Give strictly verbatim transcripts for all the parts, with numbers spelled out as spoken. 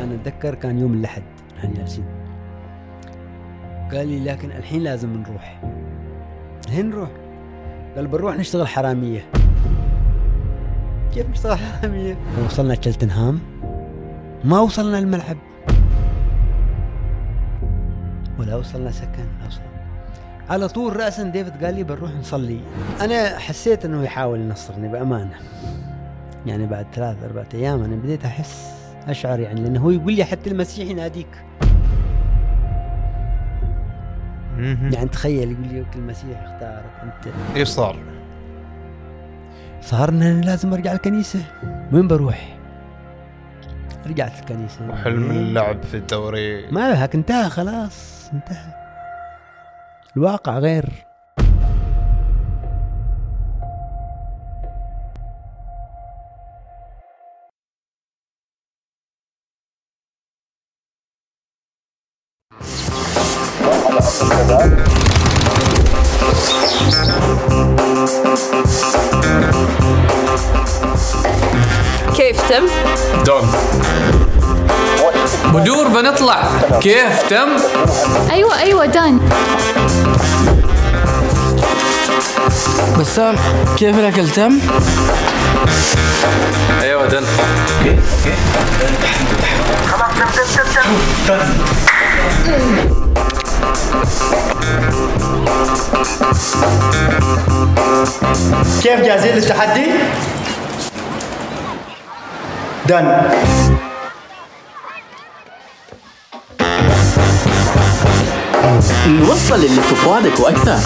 أنا أتذكر كان يوم الأحد يعني ياسين، قال لي لكن الحين لازم نروح. الحين نروح؟ قال بنروح نشتغل حرامية. كيف نشتغل حرامية؟ وصلنا تشلتنهام، ما وصلنا الملعب ولا وصلنا سكن، لا وصلنا. على طول رأسا ديفيد قال لي بنروح نصلي. أنا حسيت أنه يحاول ينصرني بأمانة، يعني بعد ثلاث أربعة أيام أنا بديت أحس أشعر يعني، لأنه هو يقول لي حتى المسيح يناديك. يعني تخيل يقول لي المسيح اختارك أنت. إيش صار؟ صار إن لازم أرجع الكنيسة. وين بروح؟ رجعت الكنيسة. وحلم اللعب في الدوري ما هك انتهى خلاص، انتهى. الواقع غير. كيف تم؟ دون بدور بنطلع. كيف تم؟ أيوة أيوة دان. بسام كيف الأكل تم؟ أيوة دان. خلاص تم تم تم كيف جاهزين للتحدي؟ دان. نوصل اللي في فؤادك وأكثر.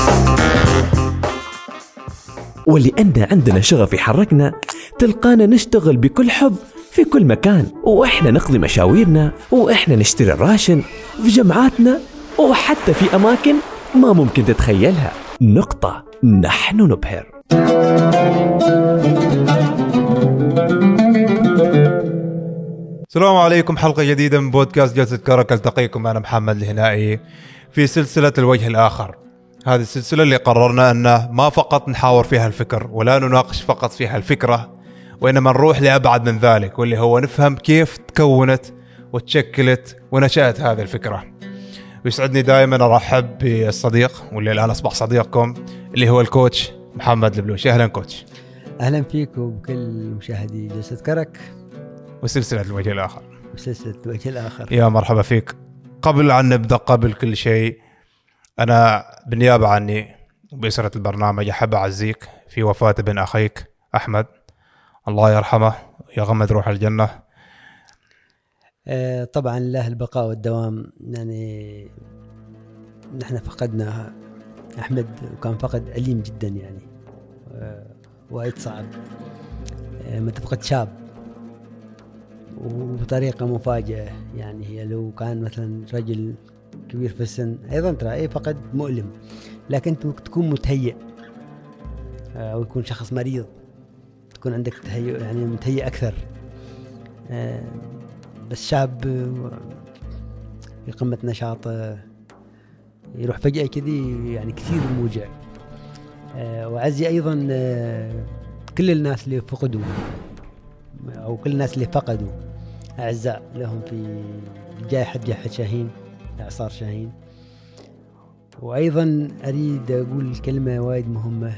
ولأن عندنا شغف يحركنا تلقانا نشتغل بكل حب في كل مكان، وإحنا نقضي مشاويرنا، وإحنا نشتري الراشن في جمعاتنا، وحتى في أماكن ما ممكن تتخيلها. نقطة. نحن نبهر. السلام عليكم، حلقة جديدة من بودكاست جلسة كرك. التقيكم أنا محمد الهنائي في سلسلة الوجه الآخر. هذه السلسلة اللي قررنا أن ما فقط نحاور فيها الفكر ولا نناقش فقط فيها الفكرة، وإنما نروح لأبعد من ذلك، واللي هو نفهم كيف تكونت وتشكلت ونشأت هذه الفكرة. ويسعدني دائما أرحب بالصديق واللي الآن أصبح صديقكم اللي هو الكوتش محمد البلوشي. أهلا كوتش. أهلا فيك وبكل مشاهدي جلسة كرك وسلسلة الوجه الآخر. وسلسلة الوجه الآخر. يا مرحبا فيك. قبل أن نبدأ، قبل كل شيء، أنا بالنيابة عني وبأسرة البرنامج أحب أعزيك في وفاة ابن أخيك أحمد، الله يرحمه ويغمد روح الجنة. آه طبعا الله البقاء والدوام. يعني نحن فقدنا أحمد وكان فقد أليم جدا يعني، آه وايد صعب. آه ما تفقد شاب وبطريقة مفاجئة. يعني هي لو كان مثلا رجل كبير في السن أيضا ترى أي فقد مؤلم، لكن تكون متهيئ أو يكون شخص مريض تكون عندك تهيئ، يعني متهيئ أكثر. بس شاب في قمة نشاطه يروح فجأة كذي، يعني كثير موجع. وعزي أيضا كل الناس اللي فقدوا أو كل الناس اللي فقدوا أعزاء لهم في جائحة جائحة شاهين، إعصار شاهين. وأيضا أريد أقول كلمة وايد مهمة.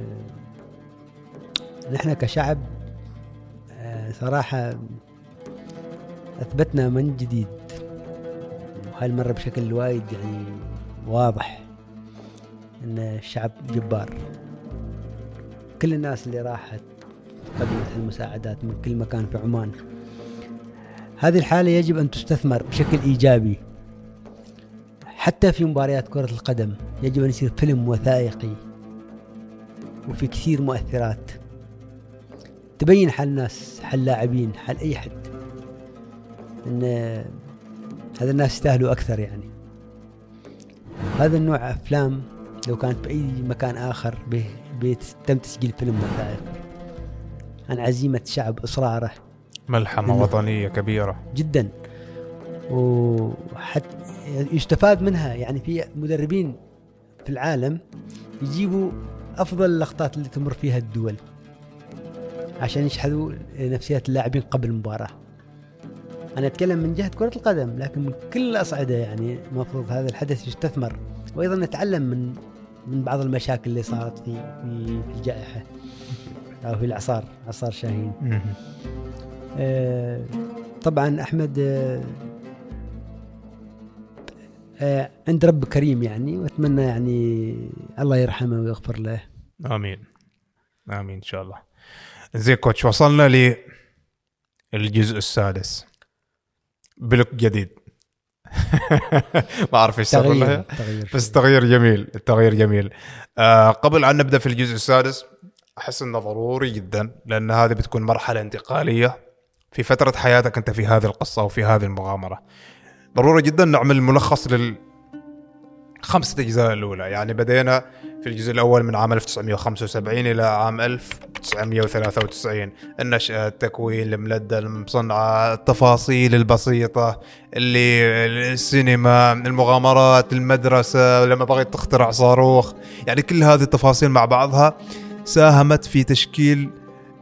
نحن كشعب صراحة أثبتنا من جديد، وهاي المرة بشكل وايد يعني واضح، أن الشعب جبار. كل الناس اللي راحت قدمت المساعدات من كل مكان في عمان. هذه الحالة يجب أن تستثمر بشكل إيجابي. حتى في مباريات كرة القدم يجب أن يصير فيلم وثائقي وفي كثير مؤثرات تبين حال الناس، حال لاعبين، حال أي حد، أن هذا الناس يستاهلوا أكثر. يعني هذا النوع أفلام لو كانت بأي مكان آخر بيتم تسجيل فيلم وثائقي عن عزيمة شعب، إصراره، ملحمة وطنية كبيرة جدا، وحتى يستفاد منها. يعني في مدربين في العالم يجيبوا أفضل اللقطات اللي تمر فيها الدول عشان يشحذوا نفسيات اللاعبين قبل المباراة. أنا أتكلم من جهة كرة القدم، لكن من كل الأصعدة يعني المفروض هذا الحدث يستثمر، وأيضا نتعلم من من بعض المشاكل اللي صارت في في, في الجائحة أو في الإعصار، إعصار شاهين. آه طبعا أحمد آه آه عند رب كريم يعني، وأتمنى يعني الله يرحمه ويغفر له. آمين آمين إن شاء الله. زي كوتش، وصلنا للجزء السادس بلوك جديد. ما أعرف إيش صار له، بس تغيير جميل، التغيير جميل. آه قبل أن نبدأ في الجزء السادس، أحس إنه ضروري جدا، لأن هذه بتكون مرحلة انتقالية في فترة حياتك أنت في هذه القصة وفي هذه المغامرة. ضروري جدا نعمل ملخص للخمسة أجزاء الأولى. يعني بدينا في الجزء الأول من عام ألف وتسعمائة وخمسة وسبعين إلى عام ألف وتسعمائة وثلاثة وتسعين، النشأة، التكوين، الملدة، المصنعة، التفاصيل البسيطة اللي السينما، المغامرات، المدرسة لما بغيت تخترع صاروخ. يعني كل هذه التفاصيل مع بعضها ساهمت في تشكيل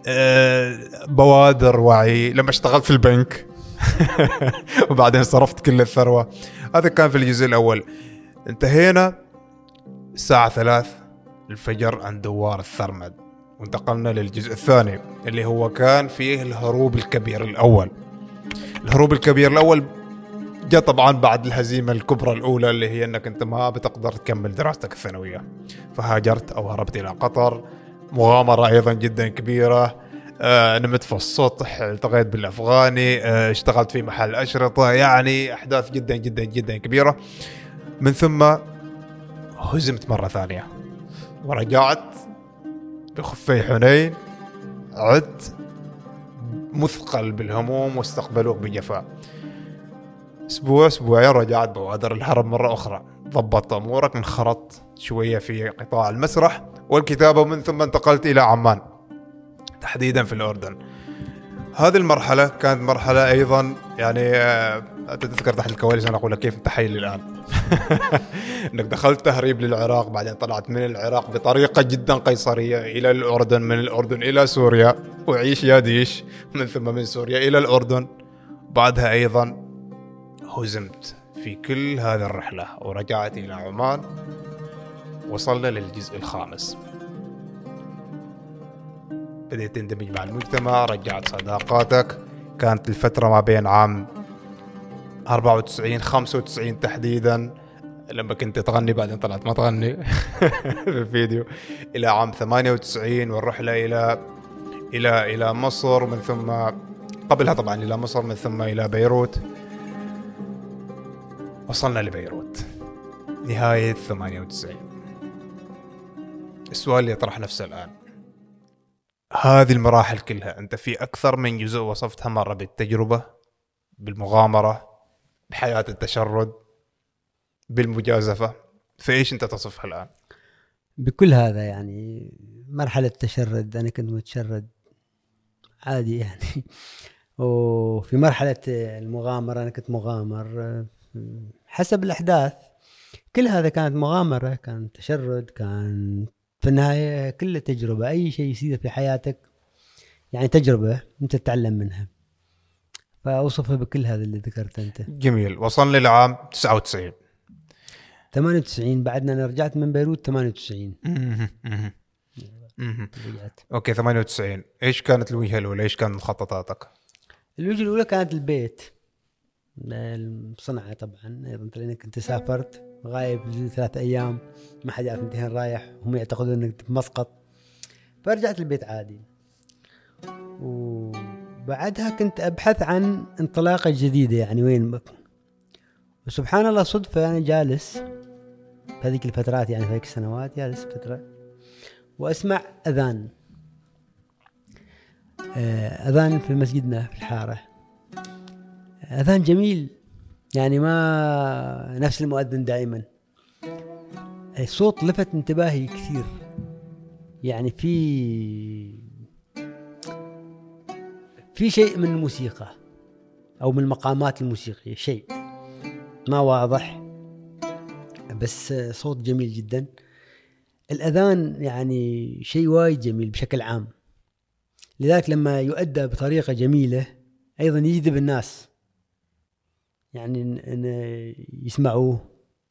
بوادر وعي لما اشتغلت في البنك وبعدين صرفت كل الثروة. هذا كان في الجزء الأول. انتهينا الساعة ثلاث الفجر عند دوار الثرمد، وانتقلنا للجزء الثاني اللي هو كان فيه الهروب الكبير الأول. الهروب الكبير الأول جاء طبعا بعد الهزيمة الكبرى الأولى، اللي هي أنك أنت ما بتقدر تكمل دراستك الثانوية، فهاجرت أو هربت إلى قطر. مغامرة أيضا جدا كبيرة. آه نمت في السطح، التقيت بالأفغاني، آه اشتغلت في محل أشرطة. يعني أحداث جدا جدا جدا كبيرة. من ثم هزمت مرة ثانية ورجعت بخفي حنين، عدت مثقل بالهموم واستقبلوك بجفاء. أسبوع أسبوعين رجعت بوادر الهرب مرة أخرى، ضبطت أمورك، انخرطت شوية في قطاع المسرح والكتابة، ومن ثم انتقلت إلى عمان تحديدا في الأردن. هذه المرحلة كانت مرحلة أيضا يعني أه تذكر تحت الكواليس أنا أقول لك كيف أنت حي الآن. أنك دخلت تهريب للعراق، بعدين طلعت من العراق بطريقة جدا قيصرية إلى الأردن، من الأردن إلى سوريا وعيش يا ديش، من ثم من سوريا إلى الأردن. بعدها أيضا هزمت في كل هذه الرحلة ورجعت إلى عمان. وصلنا للجزء الخامس، بدأت تندمج مع المجتمع، رجعت صداقاتك. كانت الفترة ما بين عام أربعة وتسعين خمسة وتسعين تحديدا لما كنت تغني، بعدين طلعت ما تغني في الفيديو، إلى عام ثمانية وتسعين والرحلة إلى إلى إلى مصر، من ثم قبلها طبعا إلى مصر، من ثم إلى بيروت. وصلنا لبيروت نهاية ثمانية وتسعين. السؤال اللي يطرح نفسه الآن، هذه المراحل كلها أنت في أكثر من جزء وصفتها، مرة بالتجربة، بالمغامرة، بحياة التشرد، بالمجازفة، فإيش أنت تصفها الآن؟ بكل هذا يعني مرحلة تشرد، أنا كنت متشرد عادي يعني. وفي مرحلة المغامرة أنا كنت مغامر حسب الأحداث. كل هذا كانت مغامرة، كان تشرد، كان في النهاية كل تجربة. أي شيء يصير في حياتك يعني تجربة أنت تتعلم منها، فأوصفها بكل هذا اللي ذكرته أنت. جميل. وصلنا لعام تسعة وتسعين ثمانية وتسعين، بعدنا أنا رجعت من بيروت ثمانية وتسعين. رجعت. أوكي ثمانية وتسعين، إيش كانت الوجهة الأولى؟ إيش كانت مخططاتك؟ الوجهة الأولى كانت البيت، الصنعة طبعا. أيضا لأني كنت سافرت غايب ثلاثة أيام، ما حد يعرف انتهين رايح، هم يعتقدون أنك في مسقط، فرجعت البيت عادي. وبعدها كنت أبحث عن انطلاقة جديدة، يعني وين بك. وسبحان الله صدفة أنا جالس في هذيك الفترات، يعني في هذيك السنوات جالس فترة وأسمع أذان أذان في مسجدنا في الحارة، أذان جميل يعني ما نفس المؤذن دائما. الصوت لفت انتباهي كثير، يعني في في شيء من الموسيقى أو من المقامات الموسيقية، شيء ما واضح بس صوت جميل جدا. الأذان يعني شيء وايد جميل بشكل عام، لذلك لما يؤدى بطريقة جميلة أيضا يجذب الناس يعني إن يسمعوه،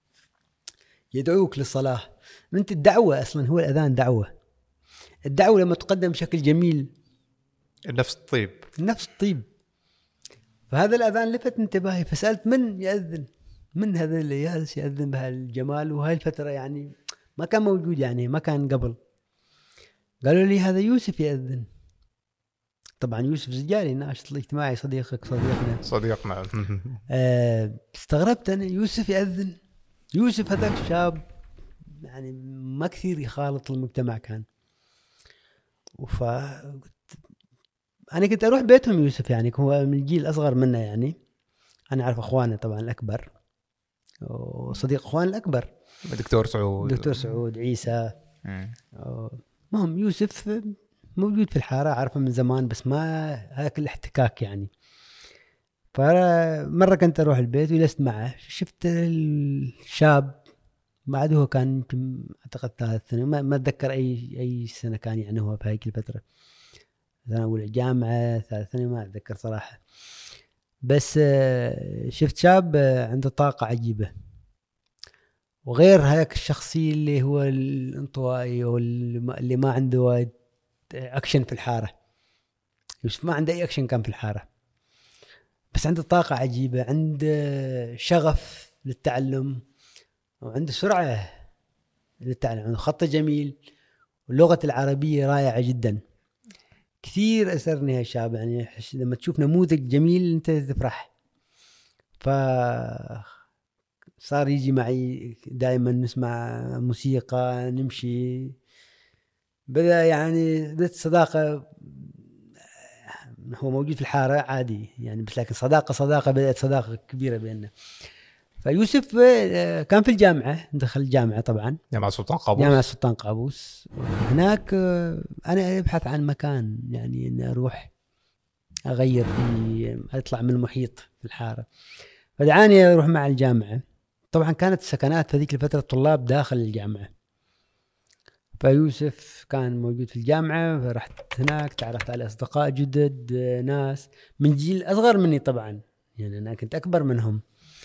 يدعوك للصلاة. أنت الدعوة أصلا هو الأذان دعوة. الدعوة لما تقدم بشكل جميل النفس الطيب النفس الطيب. فهذا الأذان لفت انتباهي، فسألت من يأذن، من هذا اللي يجلس يأذن بهالجمال وهاي الفترة، يعني ما كان موجود، يعني ما كان قبل. قالوا لي هذا يوسف يأذن. طبعا يوسف زجالي ناشط الاجتماعي، صديقك صديقنا صديقنا. أه استغربت أنا، يوسف يأذن. يوسف هذاك شاب يعني ما كثير يخالط المجتمع كان. وف أنا كنت أروح بيتهم يوسف، يعني هو من الجيل الأصغر منا، يعني أنا أعرف أخوانه طبعا الأكبر وصديق أخوان الأكبر دكتور سعود دكتور سعود عيسى. مهم يوسف موجود في الحارة، أعرفه من زمان بس ما هاك الاحتكاك يعني. فمرة كنت أروح البيت وجلست معه، شفت الشاب بعد، هو كان أعتقد ثلاث سنة، ما أتذكر أي أي سنة كان، يعني هو في هيك الفترة، أنا أقول الجامعة ثالث سنة ما أتذكر صراحة. بس شفت شاب عنده طاقة عجيبة، وغير هيك الشخصية اللي هو الانطوائي واللي ما عنده أكشن في الحارة. يوسف ما عنده أي أكشن كان في الحارة، بس عنده طاقة عجيبة، عنده شغف للتعلم، وعنده سرعة للتعلم، عنده خط جميل، واللغة العربية رائعة جدا. كثير أسرني هالشاب، يعني لما تشوف نموذج جميل أنت تفرح. فصار يجي معي دائما نسمع موسيقى، نمشي، بدأ يعني بدأت صداقة. هو موجود في الحارة عادي يعني، بس لكن صداقة صداقة بدأت صداقة كبيرة بيننا. فيوسف كان في الجامعة، دخل الجامعة طبعا، جامعة سلطان قابوس. جامعة سلطان قابوس. هناك أنا أبحث عن مكان، يعني أن أروح أغير في، أطلع من المحيط في الحارة، فدعاني أروح مع الجامعة. طبعا كانت السكنات في ذيك الفترة الطلاب داخل الجامعة، فيوسف كان موجود في الجامعة، فرحت هناك، تعرفت على أصدقاء جدد، ناس من جيل أصغر مني طبعا، يعني أنا كنت أكبر منهم.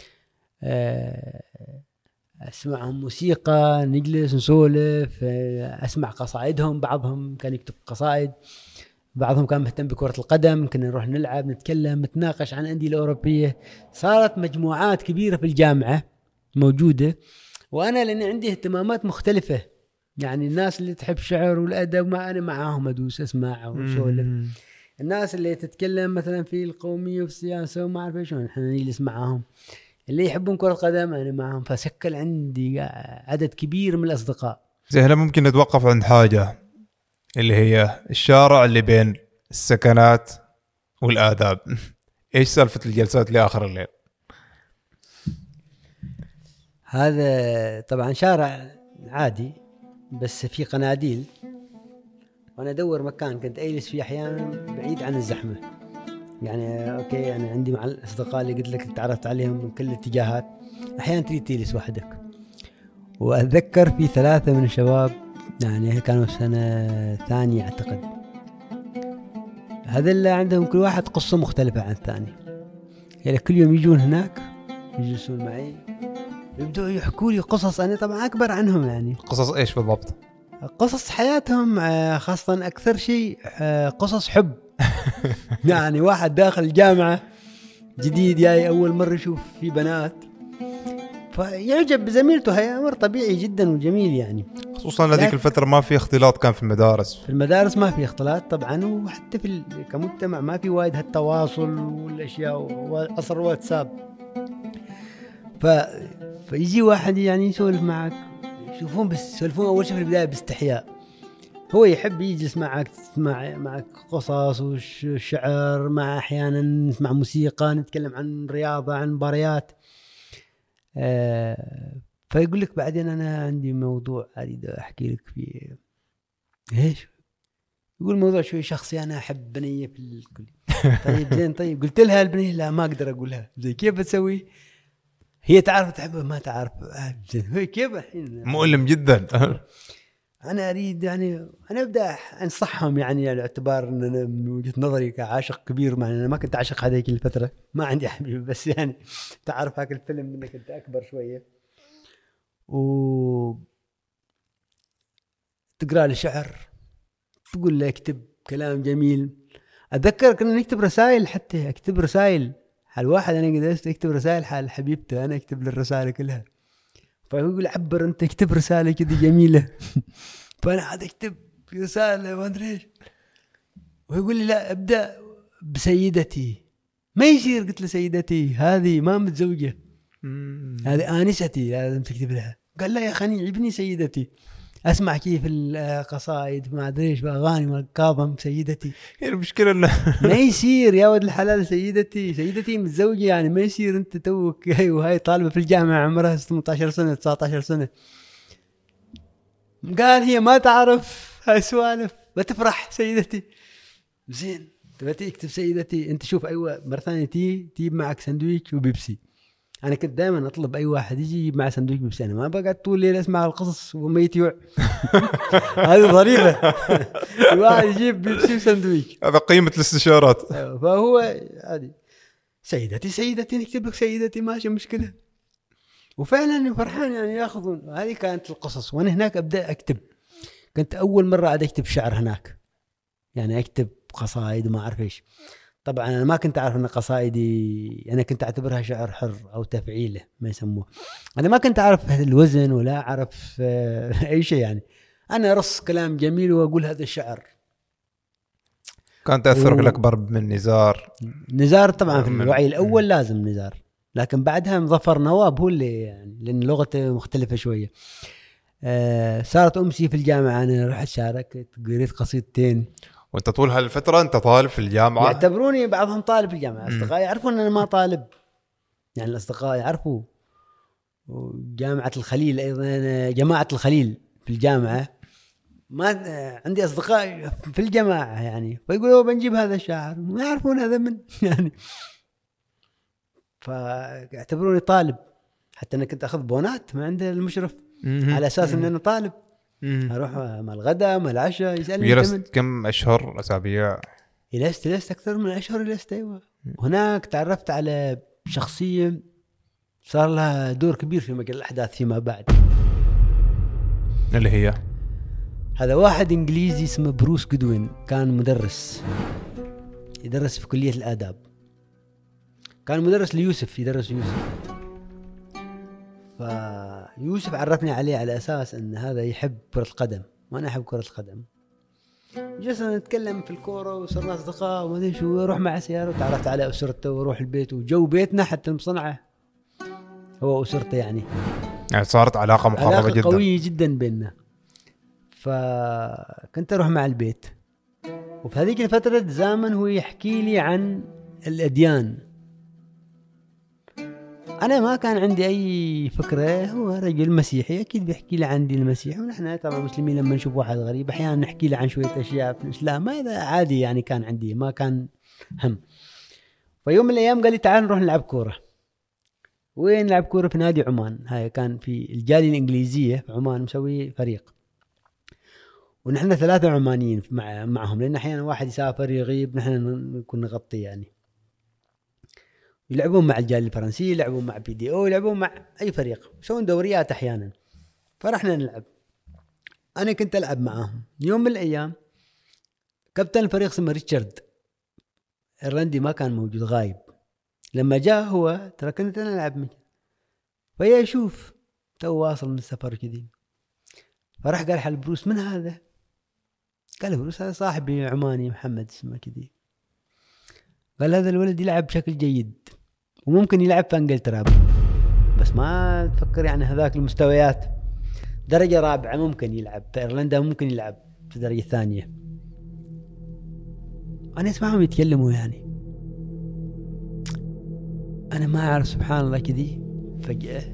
أسمعهم موسيقى، نجلس نسولف، أسمع قصائدهم، بعضهم كان يكتب قصائد، بعضهم كان مهتم بكرة القدم، كنا نروح نلعب، نتكلم، نتناقش عن الأندية الأوروبية. صارت مجموعات كبيرة في الجامعة موجودة، وأنا لأن عندي اهتمامات مختلفة، يعني الناس اللي تحب شعر والأدب ما أنا معاهم أدوس أسمع وسولف. الناس اللي تتكلم مثلا في القومية وفي السياسة وما أعرف إيش، إحنا نجلس معاهم. اللي يحبون كرة القدم أنا معهم، فسكل عندي عدد كبير من الأصدقاء. زي هنا ممكن نتوقف عند حاجة اللي هي الشارع اللي بين السكنات والآداب. إيش سالفة الجلسات لآخر الليل؟ هذا طبعا شارع عادي بس في قناديل، وأنا أدور مكان كنت أجلس فيه أحيانا بعيد عن الزحمة. يعني أوكي أنا عندي مع الأصدقاء اللي قلت لك تعرفت عليهم من كل الاتجاهات، أحيانا تريد تجلس وحدك. وأتذكر في ثلاثة من الشباب، يعني كانوا سنة ثانية أعتقد، هذا اللي عندهم كل واحد قصة مختلفة عن الثاني، يعني كل يوم يجون هناك يجلسون معي، يبدأوا يحكوا لي قصص. أنا طبعا أكبر عنهم، يعني قصص إيش بالضبط؟ قصص حياتهم، خاصة أكثر شيء قصص حب. يعني واحد داخل الجامعة جديد جاي أول مرة يشوف في بنات، فيعجب بزميلته، هي أمر طبيعي جدا وجميل يعني. خصوصا هذيك الفترة ما في اختلاط كان في المدارس. في المدارس ما في اختلاط طبعا، وحتى في كمجتمع ما في وايد هالتواصل والأشياء وأصر واتساب. ف... فيجي واحد يعني يسولف معك، يشوفون بس يسولفون أول شيء في البداية باستحياء. هو يحب يجلس معك، تسمع معك قصص وشعر، مع أحيانا نسمع موسيقى، نتكلم عن رياضة، عن مباريات. آه فيقول لك بعدين أنا عندي موضوع أريد أحكي لك فيه. إيش؟ يقول موضوع شوي شخصي، أنا أحب بنية في الكل. طيب زين، طيب قلت لها البنية لا ما أقدر أقولها، زي كيف بتسوي؟ هي تعرف تحبه ما تعرف، زين هي كيف الحين؟ مؤلم جدا. انا اريد يعني انا ابدا انصحهم يعني على اعتبار ان انا من وجهه نظري كعاشق كبير، مع انا ما كنت اعشق هذيك الفتره، ما عندي حبيبي، بس يعني تعرف هاك الفيلم انك كنت اكبر شويه و تقرا لي شعر، تقول له اكتب كلام جميل. اتذكر كنا نكتب رسائل، حتى اكتب رسائل حال واحد، انا قدرت اكتب رسائل حال حبيبته، انا اكتب الرسائل كلها، فيقول عبر انت، اكتب رساله كذا جميله. فانا عاد اكتب رساله ما ادري ايش، ويقول لي لا ابدا بسيدتي. ما يصير، قلت له سيدتي هذه ما متزوجه، هذه انستي لازم تكتب لها. قال لا يا اخي يعجبني سيدتي، اسمع كيف القصائد ما ادري ايش باغاني مال كاظم سيدتي. هي المشكله انه ما يصير يا ولد الحلال سيدتي، سيدتي متزوجه يعني ما يصير انت توك هي وهاي طالبه في الجامعه عمرها ثمانية عشر سنه تسعة عشر سنه. قال هي ما تعرف هاي سوالف، بتفرح سيدتي. زين تبى تكتب سيدتي انت، شوف ايوه مره ثانيه تي تجيب معك سندويش وبيبسي. انا كنت دائما اطلب اي واحد يجي يجيب معه سندويش بيبسي، انا ما بقعد طول الليل اسمع القصص وميت يوع. هذه ضريبه. الواحد يجيب بيبسي وسندويش، هذا قيمه الاستشارات. فهو عادي سيدتي سيدتي نكتب لك سيدتي ماشي مشكله. وفعلا فرحان يعني ياخذون. هذه كانت القصص. وانا هناك ابدا اكتب، كنت اول مره عاد اكتب شعر هناك، يعني اكتب قصائد وما اعرف ايش. طبعا انا ما كنت اعرف ان قصائدي انا كنت اعتبرها شعر حر او تفعيله ما يسموه. انا ما كنت اعرف الوزن ولا اعرف اي شيء، يعني انا رص كلام جميل واقول هذا الشعر. كان تاثرك و... الاكبر من نزار. نزار طبعا في الوعي الاول لازم نزار، لكن بعدها مظفر نواب هو اللي يعني لان لغته مختلفه شويه. آه صارت امسي في الجامعه، انا رحت شاركت قريت قصيدتين. وانت طول هالفتره انت طالب في الجامعه؟ يعتبروني بعضهم طالب في الجامعه، اصدقائي يعرفون ان انا ما طالب، يعني الاصدقاء يعرفوا. وجامعه الخليل ايضا، جماعه الخليل في الجامعه، ما عندي اصدقاء في الجماعه يعني، فيقولوا بنجيب هذا الشاعر، ما يعرفون هذا من يعني، فاعتبروني طالب. حتى انا كنت اخذ بونات من عند المشرف على اساس ان انا طالب. اروح مع الغداء مع العشاء يسالني جلست كم اشهر اسابيع؟ جلست جلست اكثر من اشهر جلست. ايوه هناك تعرفت على شخصيه صار لها دور كبير في مجال الاحداث فيما بعد، اللي هي هذا واحد انجليزي اسمه بروس جودوين، كان مدرس يدرس في كليه الاداب، كان مدرس ليوسف يدرس يوسف. فيوسف عرفني عليه على أساس أن هذا يحب كرة القدم وأنا أحب كرة القدم. جلسنا نتكلم في الكورة وصرنا أصدقاء وما أدري شو، وأروح مع سيارة وتعرفت على أسرته وأروح البيت وجو بيتنا حتى المصنعة هو أسرته، يعني يعني صارت علاقة مقربة علاقة جدا، قوية جدا بيننا. فكنت أروح مع البيت، وفي هذيك الفترة زامن هو يحكي لي عن الأديان. أنا ما كان عندي أي فكرة، هو رجل مسيحي أكيد بيحكي لي عن دين المسيح، ونحن طبعا مسلمين لما نشوف واحد غريب أحيانا نحكي له عن شوية أشياء في الإسلام، هذا عادي يعني كان عندي، ما كان هم. فيوم من الأيام قال لي تعال نروح نلعب كورة. وين نلعب كورة؟ في نادي عمان، هاي كان في الجالية الإنجليزية في عمان مسوي فريق، ونحن ثلاثة عمانيين مع معهم، لأن أحيانا واحد يسافر يغيب نحن نكون نغطي يعني. يلعبون مع الجالية الفرنسية، يلعبون مع بي دي او، يلعبون مع أي فريق، يسوون دوريات أحيانا. فرحنا نلعب، أنا كنت ألعب معهم. يوم من الأيام كابتن الفريق اسمه ريتشارد إيرلندي ما كان موجود، غايب. لما جاء هو ترى كنت أنا ألعب معه، فيا يشوف تو واصل من السفر كذي، فرح قال حل بروس من هذا؟ قال بروس هذا صاحبي عماني محمد اسمه كذي. قال هذا الولد يلعب بشكل جيد وممكن يلعب في انجلترا، بس ما تفكر يعني هذاك المستويات، درجة رابعة ممكن يلعب في ايرلندا، ممكن يلعب في درجة ثانية. انا اسمعهم يتكلموا يعني، انا ما اعرف سبحان الله كذي فجأة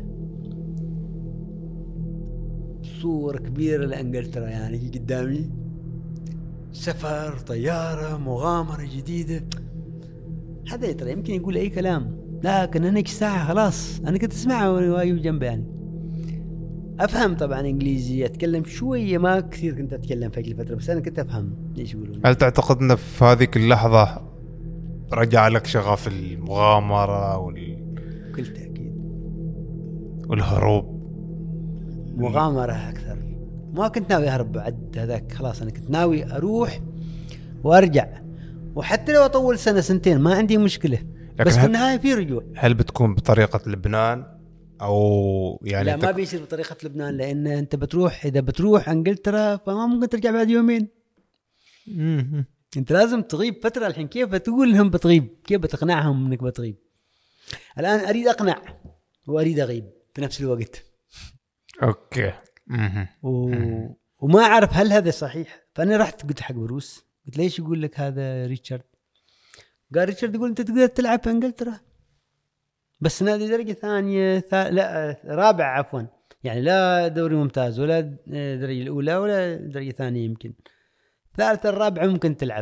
صورة كبيرة لانجلترا يعني قدامي، سفر طيارة مغامرة جديدة. هذا ترى يمكن يقول أي كلام، لكن أنا ساعة خلاص أنا كنت أسمعه وأنا واقف جنبه يعني. افهم طبعا انجليزي، اتكلم شويه ما كثير كنت اتكلم في هذه الفتره، بس انا كنت افهم ايش يقولون. هل تعتقد ان في هذيك اللحظه رجع لك شغف المغامره وال بكل تاكيد والهروب؟ مغامره اكثر. ما كنت ناوي اهرب بعد هذاك، خلاص انا كنت ناوي اروح وارجع، وحتى لو اطول سنه سنتين ما عندي مشكله، بس في النهايه في رجوع. هل بتكون بطريقه لبنان او يعني لا تك... ما بيصير بطريقه لبنان، لان انت بتروح اذا بتروح انجلترا فما ممكن ترجع بعد يومين. مم. انت لازم تغيب فتره. الحين كيف بتقول لهم بتغيب؟ كيف بتقنعهم انك بتغيب؟ الان اريد اقنع واريد اغيب في نفس الوقت. اوكي. مم. و... وما اعرف هل هذا صحيح. فانا رحت قلت حق بروس، قلت ليش يقول لك هذا ريتشارد؟ قال ريتشارد يقول انت تقدر تلعب في انجلترا بس نادي درجة ثانية ث... لا رابع عفوا، يعني لا دوري ممتاز ولا درجة الأولى ولا درجة ثانية، يمكن ثالثة الرابعة ممكن تلعب.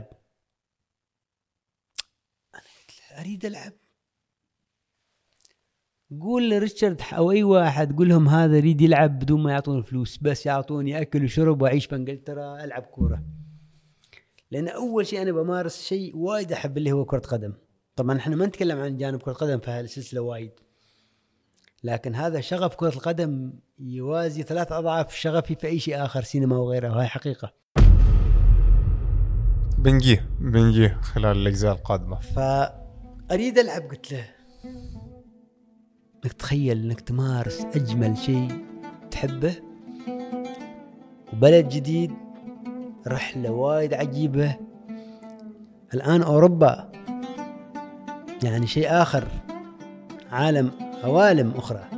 أنا قلت أريد ألعب. قول لريتشارد أو أي واحد قول لهم هذا يريد يلعب بدون ما يعطون فلوس، بس يعطوني أكل وشرب وأعيش في إنجلترا ألعب كورة. لأن أول شيء أنا بمارس شيء وايد أحب اللي هو كرة قدم. طبعا احنا ما نتكلم عن جانب كرة القدم في هذه السلسلة وايد، لكن هذا شغف كرة القدم يوازي ثلاث أضعاف شغفي في أي شيء آخر، سينما وغيره، وهي حقيقة. بنجيه بنجيه خلال الأجزاء القادمة. فأريد ألعب. قلت له انك تخيل انك تمارس أجمل شيء تحبه وبلد جديد، رحلة وايد عجيبة. الآن أوروبا يعني شيء آخر، عالم عوالم أخرى.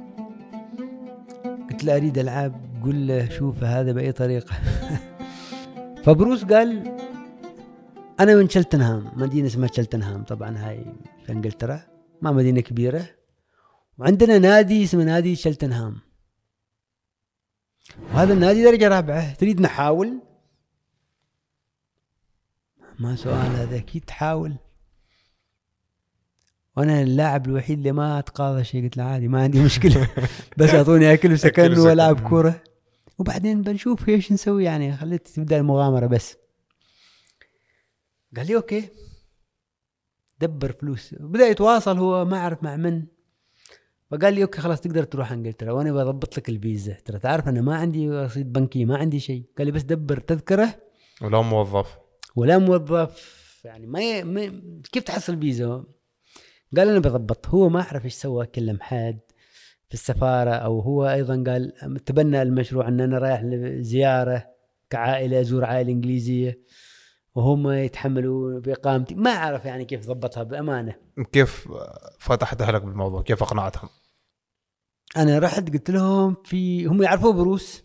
قلت له أريد ألعب. قل له شوف هذا بأي طريقة. فبروس قال أنا من شلتنهام، مدينة اسمها شلتنهام، طبعا هاي في إنجلترا، ما مدينة كبيرة، وعندنا نادي اسمه نادي شلتنهام، وهذا النادي درجة رابعة. تريد نحاول؟ ما سؤال هذا، أكيد تحاول. وانا اللاعب الوحيد اللي ما اتقاضى شيء. قلت له عادي ما عندي مشكله، بس اعطوني اكل وسكن والعب كوره وبعدين بنشوف ايش نسوي. يعني خليت تبدا المغامره بس. قال لي اوكي، دبر فلوس، بدا يتواصل هو ما اعرف مع من، فقال لي اوكي خلاص تقدر تروح انجلترا وانا بضبط لك الفيزا. ترى تعرف انا ما عندي رصيد بنكي، ما عندي شيء. قال لي بس دبر تذكره ولا موظف ولا موظف، يعني ما, ي... ما كيف تحصل فيزا؟ قال أنا بضبط. هو ما أعرف إيش سوى، كلم حد في السفارة، أو هو أيضا قال تبنى المشروع أن أنا رايح لزيارة كعائلة أزور عائلة إنجليزية وهم يتحملوا بإقامتي. ما أعرف يعني كيف ضبطها بأمانة. كيف فتحتها لك بالموضوع؟ كيف أقنعتهم؟ أنا رحت قلت لهم في هم يعرفوا بروس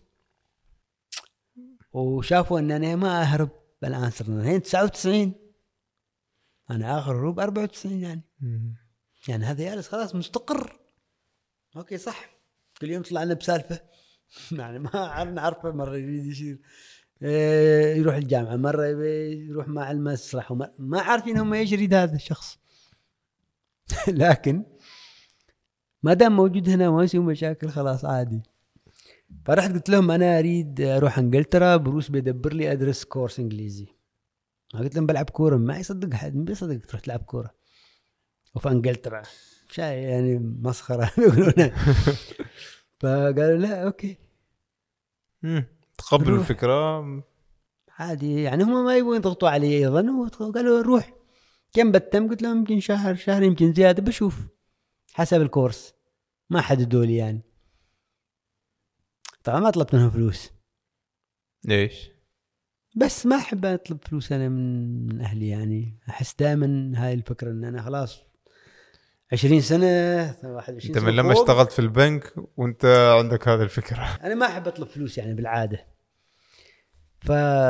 وشافوا أن أنا ما أهرب. الآن صرنا هين تسعة وتسعين، أنا آخر هروب أربعة وتسعين، يعني مم. يعني هذا يالس خلاص مستقر. أوكي صح، كل يوم طلعنا بسالفة يعني ما عرفنا عرفة. مرة يريد يصير إيه يروح الجامعة، مرة يروح مع المسرح، ما عارفين هم إيش يريد هذا الشخص. لكن ما دام موجود هنا ما يسوي مشاكل خلاص عادي. فرحت قلت لهم أنا أريد أروح إنجلترا، بروس بيدبر لي أدرس كورس إنجليزي. قلت لهم بلعب كورة، ما يصدق حد، ما بيصدق تروح تلعب كورة وفي انجلترا، شيء يعني مسخرة يقولون. فقالوا لا اوكي تقبلوا الفكرة عادي، يعني هم ما يبغون يضغطوا علي ايضا، وقالوا روح. كم بتم؟ قلت لهم يمكن شهر شهر يمكن زيادة، بشوف حسب الكورس، ما حددوا لي يعني. طبعا ما طلبت منهم فلوس. ليش؟ بس ما أحب أطلب فلوس أنا من أهلي، يعني أحس دائما هاي الفكرة أن أنا خلاص عشرين سنة واحد وعشرين سنة. أنت من لما اشتغلت في البنك وأنت عندك هذه الفكرة. أنا ما أحب أطلب فلوس يعني بالعادة. ف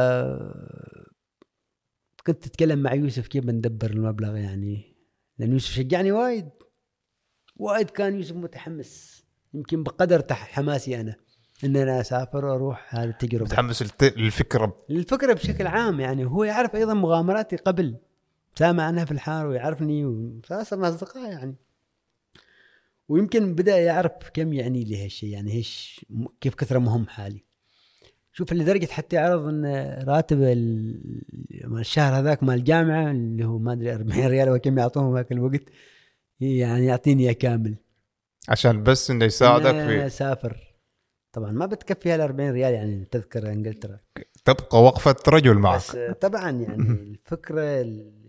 كنت أتكلم مع يوسف كيف بندبر المبلغ، يعني لأن يوسف شجعني وايد وايد. كان يوسف متحمس يمكن بقدر حماسي أنا إن أنا أسافر وأروح هذه التجربة. متحمس للفكرة الفكرة بشكل عام، يعني هو يعرف أيضا مغامراتي قبل، سامع عنها في الحار ويعرفني وصرنا أصدقاء يعني. ويمكن بدأ يعرف كم يعني لي هالشيء، يعني هيش كيف كثرة مهم حالي. شوف لدرجة حتى يعرض ان راتب الشهر هذاك مال الجامعة اللي هو ما ادري أربعين ريال وكم يعطوهم هاك الوقت، يعني يعطيني كامل عشان بس انه يساعدك في سافر. طبعا ما بتكفي هال أربعين ريال يعني تذكر انجلترا، تبقى وقفة رجل معك. بس طبعا يعني الفكرة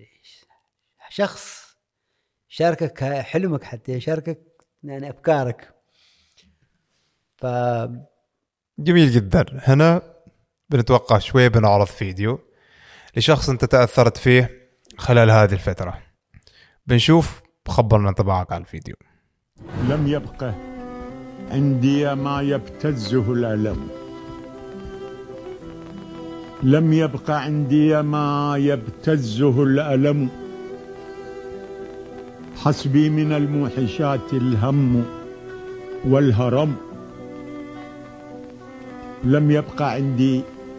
شخص شاركك حلمك حتى يشاركك يعني أفكارك. ف جميل جدا. هنا بنتوقع شوي بنعرض فيديو لشخص انت تأثرت فيه خلال هذه الفترة، بنشوف خبرنا انطباعك عن الفيديو. لم يبقى عندي ما يبتزه الألم، لم يبقى عندي ما يبتزه الألم، حسبي من الموحشات الهم والهرم، لم يبقى عندي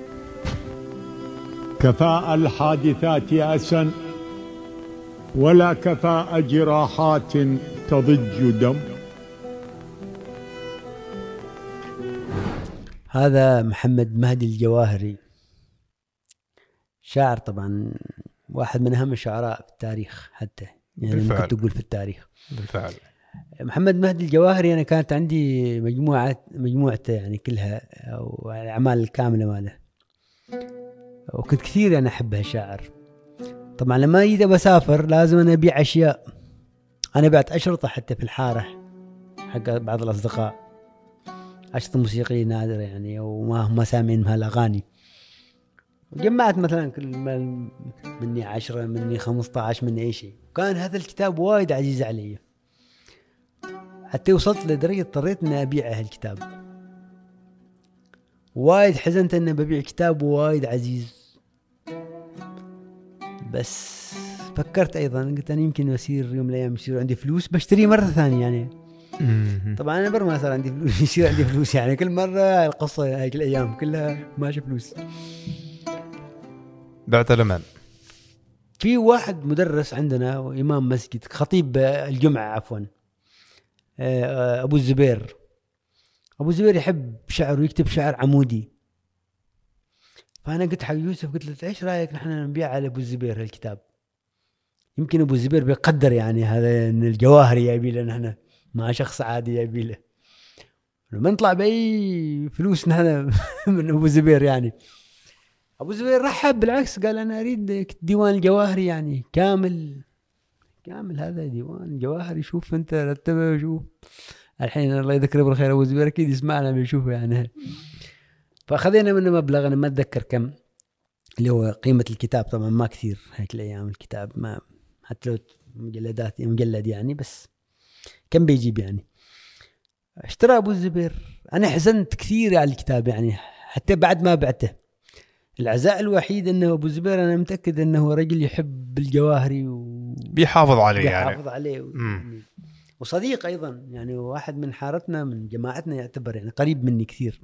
كفاء الحادثات أسا ولا كفاء جراحات تضج دم. هذا محمد مهدي الجواهري، شاعر طبعا، واحد من أهم الشعراء في التاريخ حتى يعني ممكن تقول في التاريخ بالفعل. محمد مهدي الجواهري أنا كانت عندي مجموعة مجموعته يعني كلها أو الأعمال الكاملة ماله، وكنت كثير أنا أحب هالشاعر. طبعا لما إذا بسافر لازم أنا أبيع أشياء، أنا بعت أشرطة حتى في الحارة حق بعض الأصدقاء، أشرطة موسيقية نادرة يعني وما هم سامعين بهالأغاني. وجمعت مثلا كل مني عشرة مني خمسة عشر مني أي شيء. كان هذا الكتاب وايد عزيز علي حتى وصلت لدرجة اضطريت أن أبيع هالكتاب. وايد حزنت أن ببيع كتاب وايد عزيز، بس فكرت أيضا قلت أنا يمكن أصير يوم من الأيام يصير عندي فلوس بشتري مرة ثانية يعني. طبعا أنا بر ما صار عندي فلوس يصير عندي فلوس يعني كل مرة القصة هاي الأيام كلها ماشي فلوس. بعت لمن؟ في واحد مدرس عندنا إمام مسجد خطيب الجمعة عفوا، أبو الزبير. أبو الزبير يحب شعر ويكتب شعر عمودي، فأنا قلت حق يوسف قلت له إيش رأيك نحن نبيع على أبو الزبير هالكتاب، يمكن أبو الزبير بيقدر يعني هذا إن الجواهري يبي له نحن مع شخص عادي يبي له، لما نطلع بأي فلوس نحن من أبو الزبير يعني. أبو الزبير رحب بالعكس قال أنا أريد ديوان الجواهري يعني كامل كامل، هذا ديوان جواهري شوف أنت رتبه وشوف. الحين الله يذكره بالخير أبو الزبير أكيد يسمعنا بيشوفه يعني. فأخذنا منه مبلغ أنا ما أتذكر كم اللي هو قيمة الكتاب، طبعا ما كثير هيك الأيام الكتاب ما حتى لو مجلدات مجلد يعني، بس كم بيجيب يعني. اشترى أبو الزبير، أنا حزنت كثير على الكتاب يعني حتى بعد ما بعته. العزاء الوحيد أنه أبو الزبير أنا متأكد أنه رجل يحب الجواهري وبيحافظ عليه يعني بيحافظ عليه و... وصديق أيضا يعني، واحد من حارتنا من جماعتنا يعتبر يعني قريب مني كثير.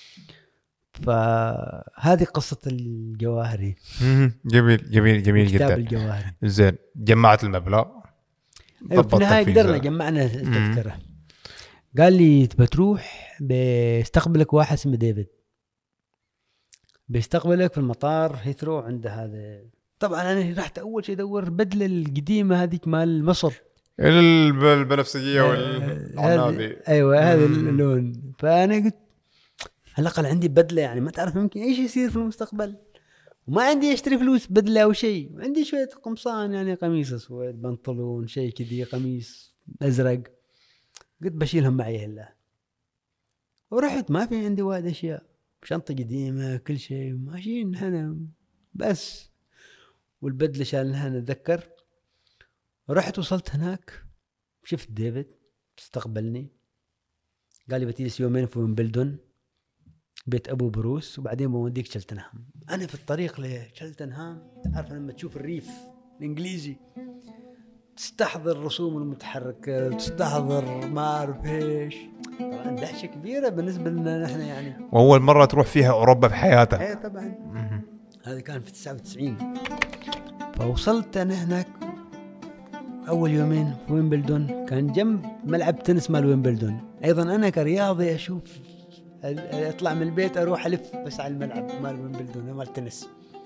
فهذه قصة الجواهري. جميل جميل جميل جدا. كتاب الجواهري. زين جمعت المبلغ. أيوة في النهاية قدرنا جمعنا التذكرة. قال لي تبى تروح بيستقبلك واحد اسمه ديفيد، بيستقبلك في المطار هيثرو عند هذا. طبعا أنا رحت أول شيء أدور بدلة القديمة هذيك مال مصر البنفسجية والعنابي. أيوة هذا اللون. فأنا قلت على الأقل عندي بدلة يعني ما تعرف ممكن أي شيء يصير في المستقبل، وما عندي أشتري فلوس بدلة أو شيء، وعندي شوية قمصان يعني قميص أسود بنطلون شيء كذي قميص أزرق، قلت بشيلهم معي هلا. ورحت ما في عندي وايد أشياء، شنطة قديمة كل شيء ماشيين نحن بس، والبدلة شالناها نتذكر. ورحت وصلت هناك شفت ديفيد استقبلني قال لي بتجلس يومين في ويمبلدون بيت أبو بروس وبعدين بوديك شلتنهام. أنا في الطريق لشلتنهام تعرف لما تشوف الريف الإنجليزي تستحضر الرسوم المتحركة تستحضر ما أعرف إيش، طبعا دهشة كبيرة بالنسبة لنا نحن يعني، وأول مرة تروح فيها أوروبا بحياتك. إيه طبعا. هذا كان في تسعة وتسعين. فوصلت أنا هناك أول يومين في ويمبلدون كان جنب ملعب تنس مال ويمبلدون. أيضا أنا كرياضي أشوف أطلع من البيت أروح ألف بس على الملعب مال ويمبلدون مال تنس.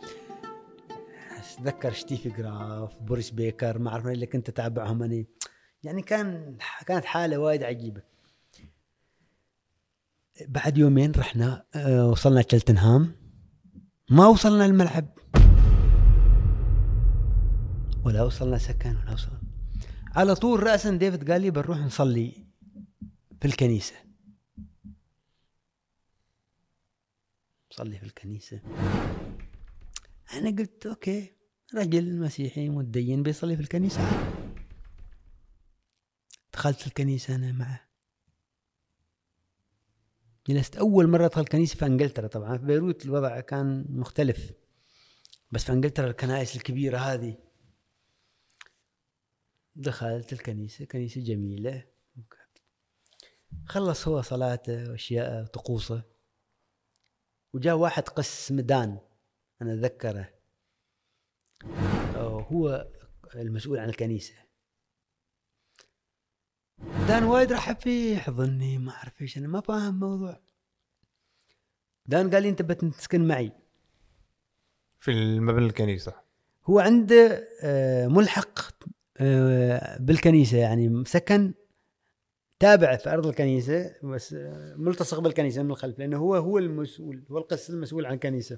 أتذكر ستيفي جراف، بوريس بيكر، ما أعرف اللي كنت أتابعهم أنا، يعني كان كانت حالة وايد عجيبة. بعد يومين رحنا أه وصلنا تشلتنهام، ما وصلنا الملعب ولا وصلنا سكن ولا وصلنا. على طول رأسا ديفيد قال لي بنروح نصلي في الكنيسة. نصلي في الكنيسة. أنا قلت أوكي، رجل مسيحي متدين بيصلي في الكنيسة. دخلت الكنيسة أنا معه. جلست أول مرة أدخل كنيسة في إنجلترا. طبعا في بيروت الوضع كان مختلف، بس في إنجلترا الكنائس الكبيرة هذه. دخلت الكنيسة، كنيسة جميلة. خلص هو صلاته وأشياء وطقوسه، وجاء واحد قس مدان أنا أتذكره، هو المسؤول عن الكنيسة. دان وايد رحب فيه، حضني، ما أعرف إيش، أنا ما فاهم موضوع. دان قال لي أنت بتسكن معي في المبنى الكنيسة. هو عنده ملحق بالكنيسة، يعني سكن تابع في أرض الكنيسة بس ملتصق بالكنيسة من الخلف، لأنه هو هو المسؤول، هو القس المسؤول عن الكنيسة.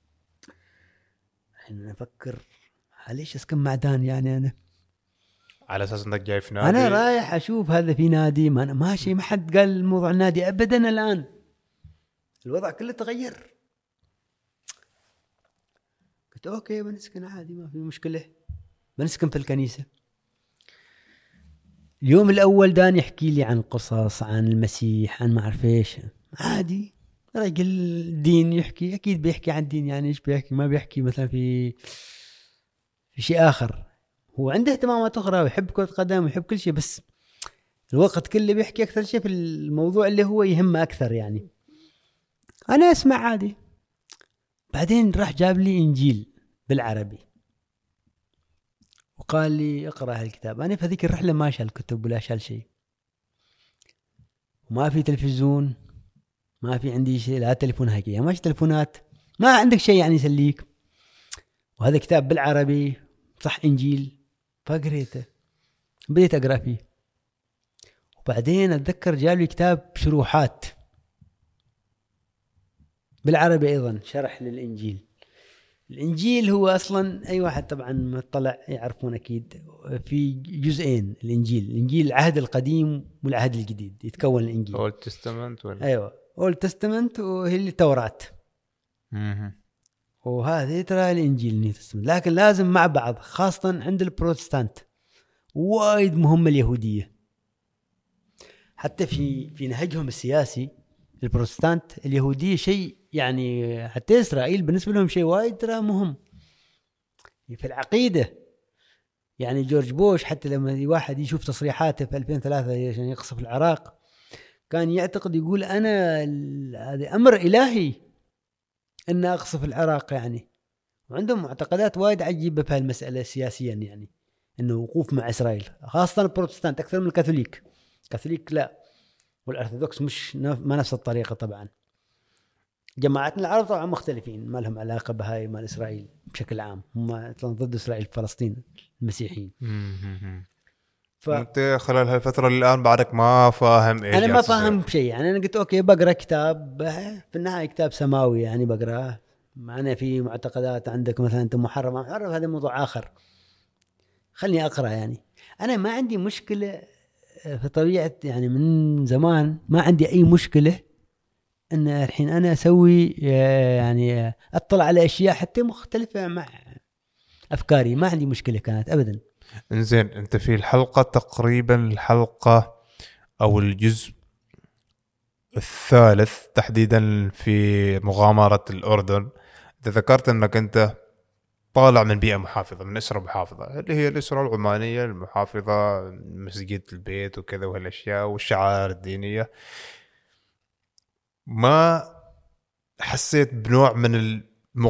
الحين أفكر ليش أسكن مع دان، يعني أنا على أساس أنك جاي في نادي. أنا رايح أشوف هذا في نادي، ما أنا ماشي، ما حد قال موضوع النادي أبدا. الآن الوضع كله تغير. قلت أوكي بنسكن عادي، ما في مشكلة، بنسكن في الكنيسة. اليوم الأول دان يحكي لي عن قصص عن المسيح، عن ما أعرف إيش، عادي، رجل دين يحكي، أكيد بيحكي عن دين، يعني إيش بيحكي، ما بيحكي مثلا في في شيء آخر. هو عنده اهتمامات أخرى ويحب كرة قدم ويحب كل شيء، بس الوقت كله بيحكي أكثر شيء في الموضوع اللي هو يهمه أكثر. يعني أنا أسمع عادي. بعدين راح جاب لي إنجيل بالعربي وقال لي اقرأ هالكتاب. أنا في هذيك الرحلة ما شال كتب ولا شال شيء، وما في تلفزيون، ما في عندي شيء، لا تلفون هكذا، ماش تلفونات، ما عندك شيء يعني يسليك. وهذا كتاب بالعربي صح، إنجيل، فقريته، بديت أقرأ فيه. وبعدين أتذكر جاب لي كتاب شروحات بالعربي أيضا، شرح للإنجيل. الإنجيل هو أصلا أي واحد طبعا مطلع يعرفون أكيد في جزئين. الإنجيل الإنجيل العهد القديم والعهد الجديد، يتكون الإنجيل Old Testament ولا؟ أيوة Old Testament وهي التوراة. وهذه ترى الإنجيل نيو تستمنت، لكن لازم مع بعض، خاصة عند البروتستانت وايد مهمة اليهودية. حتى في في نهجهم السياسي البروتستانت اليهودية شيء، يعني حتى إسرائيل بالنسبة لهم شيء وايد ترى مهم في العقيدة. يعني جورج بوش حتى لما واحد يشوف تصريحاته في ألفين وثلاثة عشان يقصف العراق، كان يعتقد يقول أنا هذا أمر إلهي أن أقصف العراق يعني. وعندهم معتقدات وايد عجيبة في هالمسألة سياسيا، يعني أنه وقوف مع إسرائيل، خاصة البروتستانت أكثر من الكاثوليك. الكاثوليك لا، والأرثوذكس مش ما نفس الطريقة. طبعا جماعتنا العرب طبعا مختلفين، ما لهم علاقة بهاي مال إسرائيل بشكل عام، هم ضد إسرائيل فلسطين المسيحيين. ف... أنت خلال هالفترة اللي الآن بعدك ما فاهم إيش؟ أنا ما فاهم شيء، يعني أنا قلت أوكي بقرأ كتاب، في النهاية كتاب سماوي يعني بقرأه. أنا في معتقدات عندك مثلا أنت محرم محرم، هذا موضوع آخر، خلني أقرأ. يعني أنا ما عندي مشكلة في طبيعة، يعني من زمان ما عندي أي مشكلة أن الحين أنا أسوي يعني أطلع على أشياء حتى مختلفة مع أفكاري، ما عندي مشكلة كانت أبدا. إنزين، أنت في الحلقة تقريبا الحلقة أو الجزء الثالث تحديدا في مغامرة الأردن، ذكرت أنك أنت طالع من بيئة محافظة، من أسرة محافظة اللي هي الأسرة العمانية المحافظة، مسجد البيت وكذا وهالأشياء والشعائر الدينية. ما حسيت بنوع من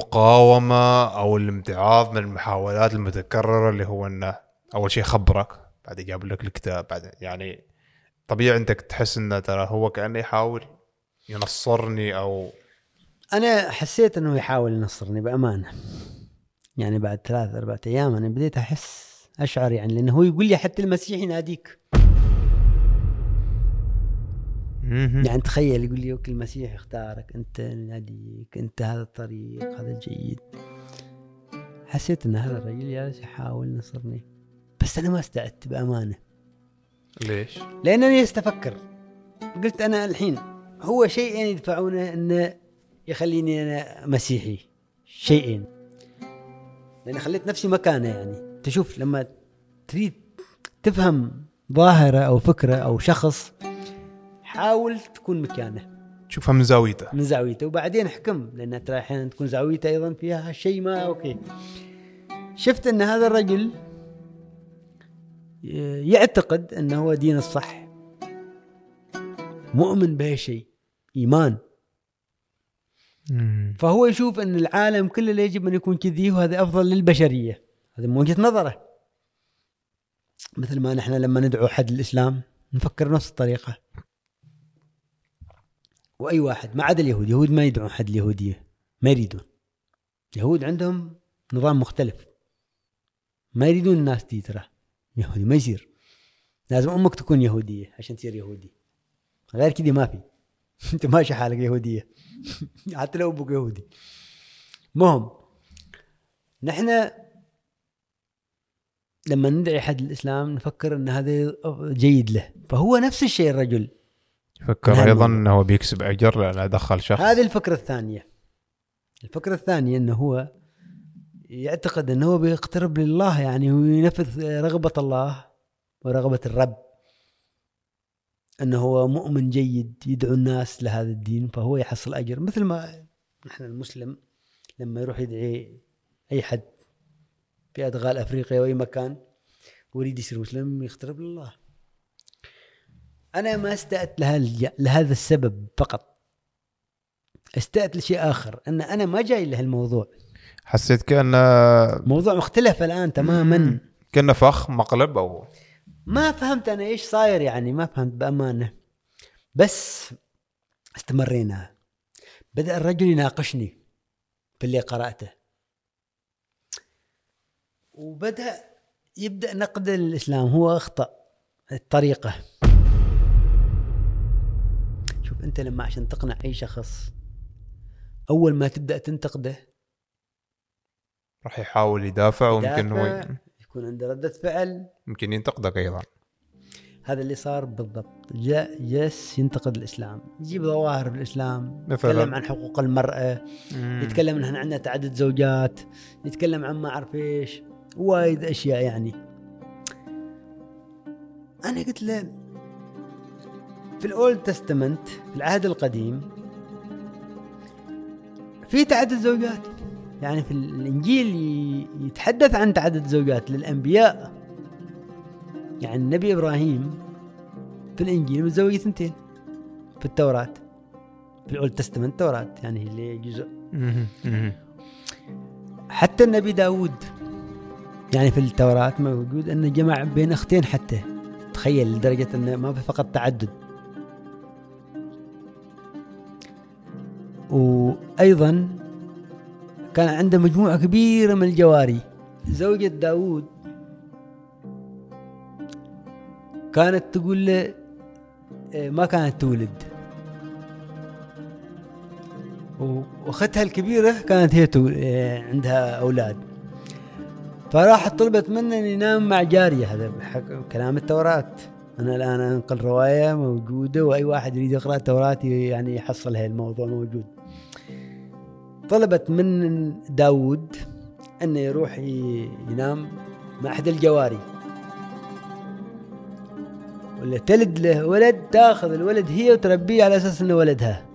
المقاومة أو الامتعاض من المحاولات المتكررة اللي هو أنه أول شيء خبرك بعد جاب لك الكتاب بعد يعني طبيعي انت تحس انه ترى هو كأنه يحاول ينصرني او انا حسيت انه يحاول ينصرني بامانه. يعني بعد ثلاث اربع ايام انا بديت احس اشعر يعني لانه هو يقول لي حتى المسيح يناديك. يعني تخيل يقول لي المسيح اختارك انت يناديك انت هذا الطريق هذا الجيد. حسيت ان هذا الرجل جالس يحاول ينصرني بس انا ما استعدت بامانه. ليش؟ لانني استفكر قلت انا الحين هو شيئين يدفعونه انه يخليني انا مسيحي شيئين لان خليت نفسي مكانه. يعني تشوف لما تريد تفهم ظاهره او فكره او شخص حاول تكون مكانه تشوفها من زاويته من زاويته وبعدين احكم لان ترى احيانا تكون زاويته ايضا فيها شيء ما اوكي. شفت ان هذا الرجل يعتقد انه هو دين الصح مؤمن بهالشيء ايمان. مم. فهو يشوف ان العالم كله يجب ان يكون كذي وهذا افضل للبشريه. هذا من وجهه نظره. مثل ما نحن لما ندعو حد الاسلام نفكر نفس الطريقه. واي واحد ما عدا اليهود يهود ما يدعون حد اليهوديه ما يريدون. يهود عندهم نظام مختلف ما يريدون الناس دي ترى يهودي ما يصير لازم امك تكون يهوديه عشان تصير يهودي غير كذا ما في. انت ماشي حالك يهوديه حتى لو ابوك يهودي. مهم نحن لما ندعي حد الاسلام نفكر ان هذا جيد له. فهو نفس الشيء الرجل فكر ايضا انه هو بيكسب اجر لانه دخل شخص. هذه الفكره الثانيه. الفكره الثانيه انه هو يعتقد انه هو بيقترب لله يعني وينفذ رغبه الله ورغبه الرب. انه هو مؤمن جيد يدعو الناس لهذا الدين فهو يحصل اجر. مثل ما نحن المسلم لما يروح يدعي اي حد في ادغال افريقيا واي مكان ويريد يصير مسلم يقترب لله. انا ما استأت لهذا السبب فقط. استأت لشيء اخر ان انا ما جاي له الموضوع. حسيت كأن موضوع مختلف الان تماما. كأنه فخ مقلب او ما فهمت انا ايش صاير يعني ما فهمت بامانه. بس استمرينا. بدأ الرجل يناقشني في اللي قرأته وبدأ يبدأ نقد الإسلام. هو أخطأ الطريقة. شوف أنت لما عشان تقنع أي شخص أول ما تبدأ تنتقده راح يحاول يدافع وممكن هو يكون عنده ردة فعل ممكن ينتقدك أيضا. هذا اللي صار بالضبط. جاء يس ينتقد الإسلام يجيب ظواهر بالإسلام مثلاً. يتكلم عن حقوق المرأة مم. يتكلم إن عندنا تعدد زوجات يتكلم عن ما أعرف إيش وايد أشياء. يعني أنا قلت له في الأولد تستمنت في العهد القديم في تعدد زوجات. يعني في الإنجيل يتحدث عن تعدد زوجات للأنبياء. يعني النبي إبراهيم في الإنجيل متزوج اثنتين. في التوراة في الأولد تستمنت التوراة يعني اللي جزء. حتى النبي داود يعني في التوراة موجود أنه جمع بين أختين. حتى تخيل لدرجة أنه ما في فقط تعدد. وأيضا كان عنده مجموعة كبيرة من الجواري. زوجة داود كانت تقول له ما كانت تولد واختها الكبيرة كانت هي عندها أولاد. فراحت طلبت منه أن ينام مع جارية. هذا كلام التوراة. أنا الآن أنقل رواية موجودة وأي واحد يريد يقرأ التوراة يعني يحصل هاي الموضوع موجود. طلبت من داود أنه يروح ينام مع أحد الجواري ولا تلد له ولد تأخذ الولد هي وتربيه على أساس أنه ولدها.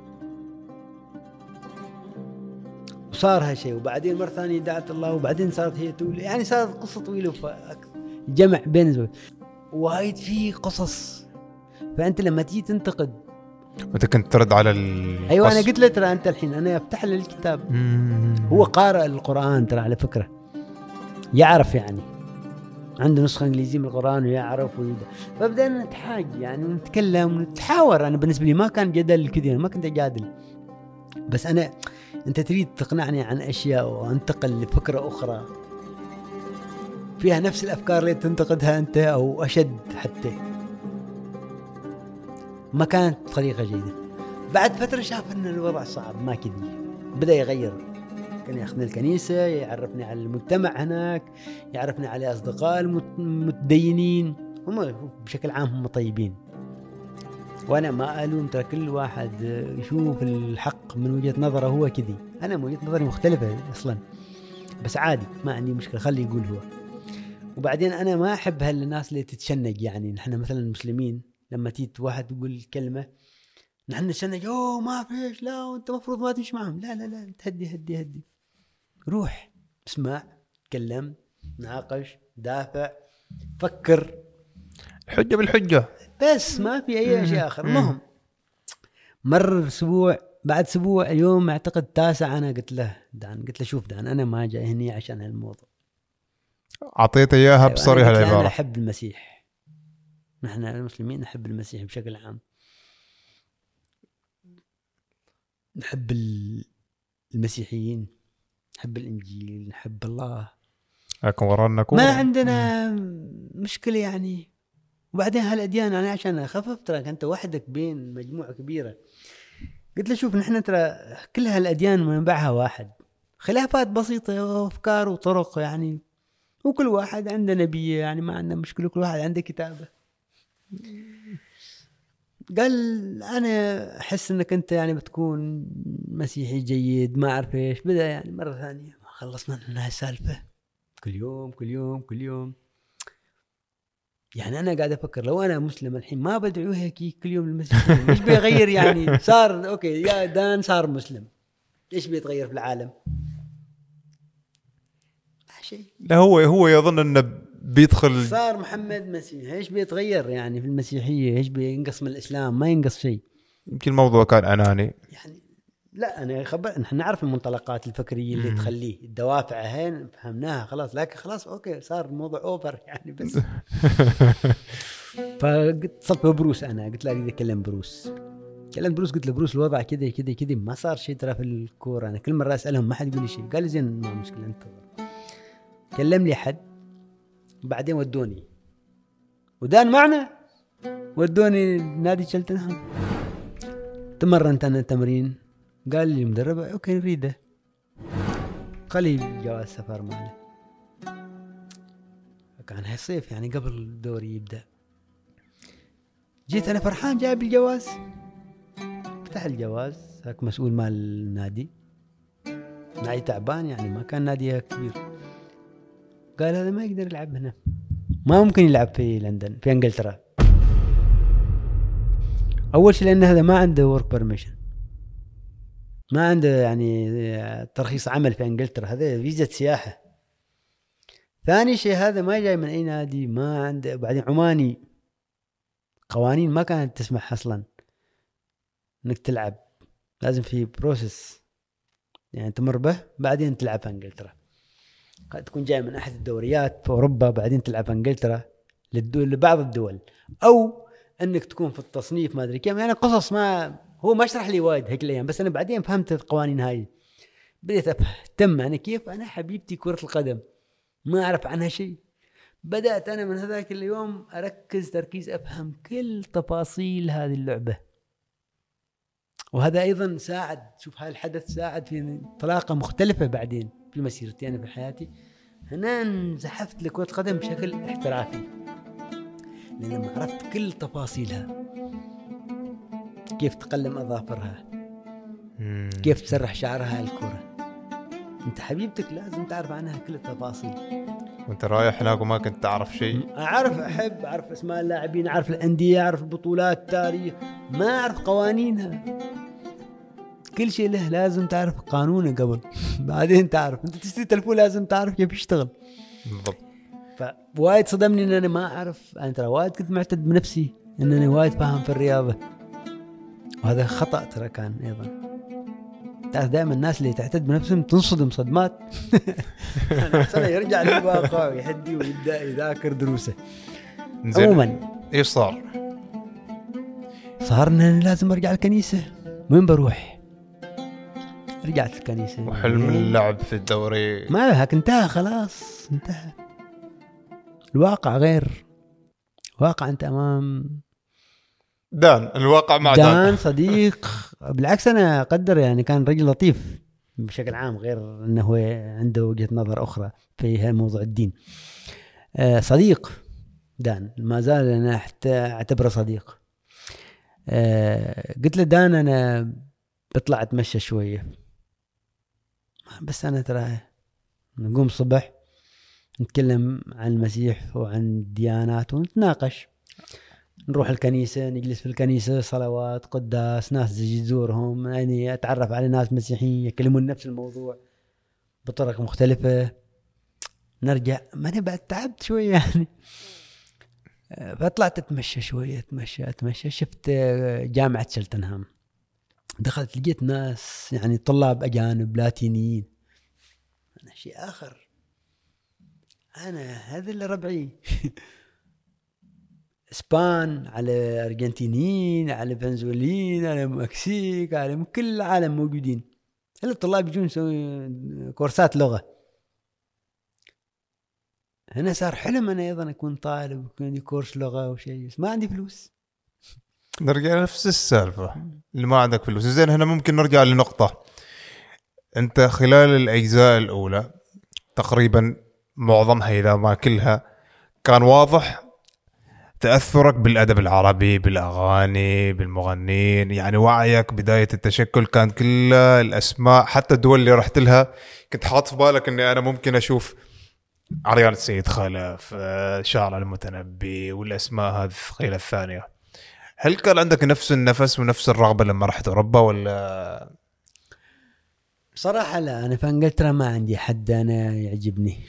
وصار هالشيء وبعدين مرة ثانية دعت الله وبعدين صارت هي تولي. يعني صارت قصة طويلة جمع بين زوج وايد في قصص. فأنت لما تيجي تنتقد وانت كنت ترد على ال أيوة أنا قلت له ترى أنت الحين أنا أفتح له الكتاب. هو قارئ القرآن ترى على فكرة يعرف يعني عنده نسخة إنجليزية من القرآن ويعرف ويبدأ. فبدأنا نتحاج يعني ونتكلم ونتحاور. أنا بالنسبة لي ما كان جدل كثير، ما كنت أجادل، بس أنا أنت تريد تقنعني عن أشياء وأنتقل لفكرة أخرى فيها نفس الأفكار اللي تنتقدها أنت أو أشد حتى، ما كانت طريقة جيدة. بعد فترة شاف أن الوضع صعب، ما كذي بدأ يغير، كان ياخذني الكنيسة، يعرفني على المجتمع هناك، يعرفني على أصدقاء المتدينين، هم بشكل عام هم طيبين، وأنا ما ألوم، ترى كل واحد يشوف الحق من وجهة نظره هو كذي، أنا من وجهة نظري مختلفة أصلا، بس عادي ما عندي مشكلة، خلي يقول هو. وبعدين أنا ما أحب هالناس اللي تتشنج، يعني نحن مثلا المسلمين لما تيت واحد يقول كلمة نحن نتشنج، أوه ما فيش، لا وأنت مفروض ما تمشي معهم، لا لا لا تهدي هدي هدي، روح اسمع، تكلم، ناقش، دافع، فكر، الحجة بالحجة، بس ما في أي شيء آخر. المهم مر أسبوع، بعد أسبوع اليوم أعتقد تاسع، أنا قلت له دان، قلت له شوف دان، أنا ما جاي هني عشان هالموضوع، أعطيته إياها بصريح العبارة. أنا أحب المسيح، نحن المسلمين نحب المسيح بشكل عام، نحب المسيحيين، نحب الإنجيل، نحب الله، لكن ورانا كورة ما عندنا مشكلة يعني. وبعدين هالأديان يعني عشان أخفف، ترى أنت وحدك بين مجموعة كبيرة. قلت له شوف نحن ترى كل هالأديان منبعها واحد، خلافات بسيطة وأفكار وطرق يعني، وكل واحد عنده نبي يعني، ما عندنا مشكلة، كل واحد عنده كتابه. قال أنا أحس أنك أنت يعني بتكون مسيحي جيد، ما أعرف إيش. بدأ يعني مرة ثانية ما خلصنا من هالسالفة، كل يوم كل يوم كل يوم. يعني أنا قاعد أفكر لو أنا مسلم الحين ما بدعوه هيك كل يوم المسيحيين، إيش بيغير يعني؟ صار أوكي يا دان صار مسلم، إيش بيتغير في العالم؟ شيء. لا هو هو يظن أنه بيدخل، صار محمد مسيح، إيش بيتغير يعني في المسيحية؟ إيش بينقص من الإسلام؟ ما ينقص شيء. يمكن الموضوع كان أناني يعني. لا أنا خبر، نحن نعرف المنطلقات الفكرية اللي تخليه، الدوافع هين فهمناها خلاص، لكن خلاص أوكي صار الموضوع أوفر يعني. بس فاتصلت ببروس، أنا قلت له أريد أكلم بروس، كلمت بروس قلت له بروس الوضع كذا كذا كذا، ما صار شيء ترى في الكورة، أنا كل مرة أسألهم ما حد يقول لي شيء. قال لي زين ما مشكلة، أنت كلم لي حد. بعدين ودوني ودان معنا، ودوني نادي شلتنهام، تمرنت أنا التمرين. قال لي مدرب أوكي نريده، قال لي جواز سفر معنا. كان هالصيف يعني قبل الدوري يبدأ. جيت أنا فرحان جايب الجواز، فتح الجواز، هاك مسؤول مال النادي، نادي تعبان يعني ما كان نادي كبير، قال هذا ما يقدر يلعب هنا، ما ممكن يلعب في لندن في انجلترا. اول شيء لان هذا ما عنده ورك بيرميشن، ما عنده يعني ترخيص عمل في انجلترا، هذا فيزا سياحه. ثاني شيء هذا ما جاي من اي نادي، ما عنده. بعدين عماني، قوانين ما كانت تسمح اصلا انك تلعب، لازم في بروسس يعني تمر به بعدين تلعب في انجلترا. قد تكون جاي من أحد الدوريات في أوروبا بعدين تلعب في إنجلترا لبعض الدول، أو أنك تكون في التصنيف ما أدري كم، يعني قصص ما هو ما شرح لي وايد هيك الأيام، بس أنا بعدين فهمت القوانين هاي، بديت أهتم أنا كيف أنا حبيبتي كرة القدم ما أعرف عنها شيء. بدأت أنا من هذاك اليوم أركز تركيز أفهم كل تفاصيل هذه اللعبة، وهذا أيضا ساعد، شوف هاي الحدث ساعد في انطلاقة مختلفة بعدين في مسيرتي أنا في حياتي. هنا انزحفت لكرة القدم بشكل احترافي، لأن عرفت كل تفاصيلها، كيف تقلم أظافرها، كيف تسرح شعرها الكرة. أنت حبيبتك لازم تعرف عنها كل التفاصيل. وأنت رايح هناك وما كنت تعرف شيء. أعرف، أحب أعرف أسماء اللاعبين، أعرف الأندية، أعرف البطولات، تاريخ، ما أعرف قوانينها، كل شيء له لازم تعرف قانونه قبل بعدين تعرف. انت تشتري تلفون لازم تعرف كيف يشتغل بالضبط. فوايد صدمني ان انا ما اعرف، انا ترى وايد كنت معتد بنفسي ان انا وايد فاهم في الرياضه، وهذا خطأ ترى كان ايضا. تعرف دائما الناس اللي تعتد بنفسهم تنصدم صدمات. أحسن يرجع للواقع ويهدي ويبدأ يذاكر دروسه. عموما ايش صار؟ صار إن لازم أرجع الكنيسة. وين بروح؟ رجعت الكنيسة. وحلم اللعب في الدوري ما لهك، انتهى خلاص، انتهى. الواقع غير. واقع أنت أمام دان. الواقع مع دان, دان صديق. بالعكس أنا أقدر يعني كان رجل لطيف بشكل عام، غير أنه هو عنده وجهة نظر أخرى في موضوع الدين. آه صديق دان ما زال أنا حتى أعتبره صديق. آه قلت له دان أنا بطلع أتمشى شوية، بس أنا ترى نقوم الصبح نتكلم عن المسيح وعن الديانات ونتناقش، نروح الكنيسة، نجلس في الكنيسة، صلوات، قداس، ناس تجي تزورهم، يعني أتعرف على ناس مسيحيين يكلمون نفس الموضوع بطرق مختلفة. نرجع ما أنا بعد تعبت شوية يعني، فطلعت أتمشى شوية، أتمشى أتمشى شفت جامعة شلتنهام، دخلت لقيت ناس يعني طلاب أجانب لاتينيين. أنا شيء آخر، أنا هذا اللي ربعي. إسبان على أرجنتينيين على فنزويليين على مكسيك على من كل العالم موجودين. هل الطلاب يجون يسوي كورسات لغة؟ هنا صار حلم أنا أيضا أكون طالب ويكون عندي كورس لغة وشيء، بس ما عندي فلوس. نرجع نفس السالفة اللي ما عندك فلوس. زين هنا ممكن نرجع لنقطة، أنت خلال الأجزاء الأولى تقريبا معظمها إذا ما كلها كان واضح تأثرك بالأدب العربي، بالأغاني، بالمغنين، يعني وعيك بداية التشكل كان كل الأسماء، حتى الدول اللي رحت لها كنت حاط في بالك أني أنا ممكن أشوف عريان السيد خلف، شارع المتنبي والأسماء هذه الثقيلة الثانية. هل كان عندك نفس النفس ونفس الرغبة لما رحت أوروبا ولا؟ بصراحة لا، أنا في إنجلترا ما عندي حد أنا يعجبني.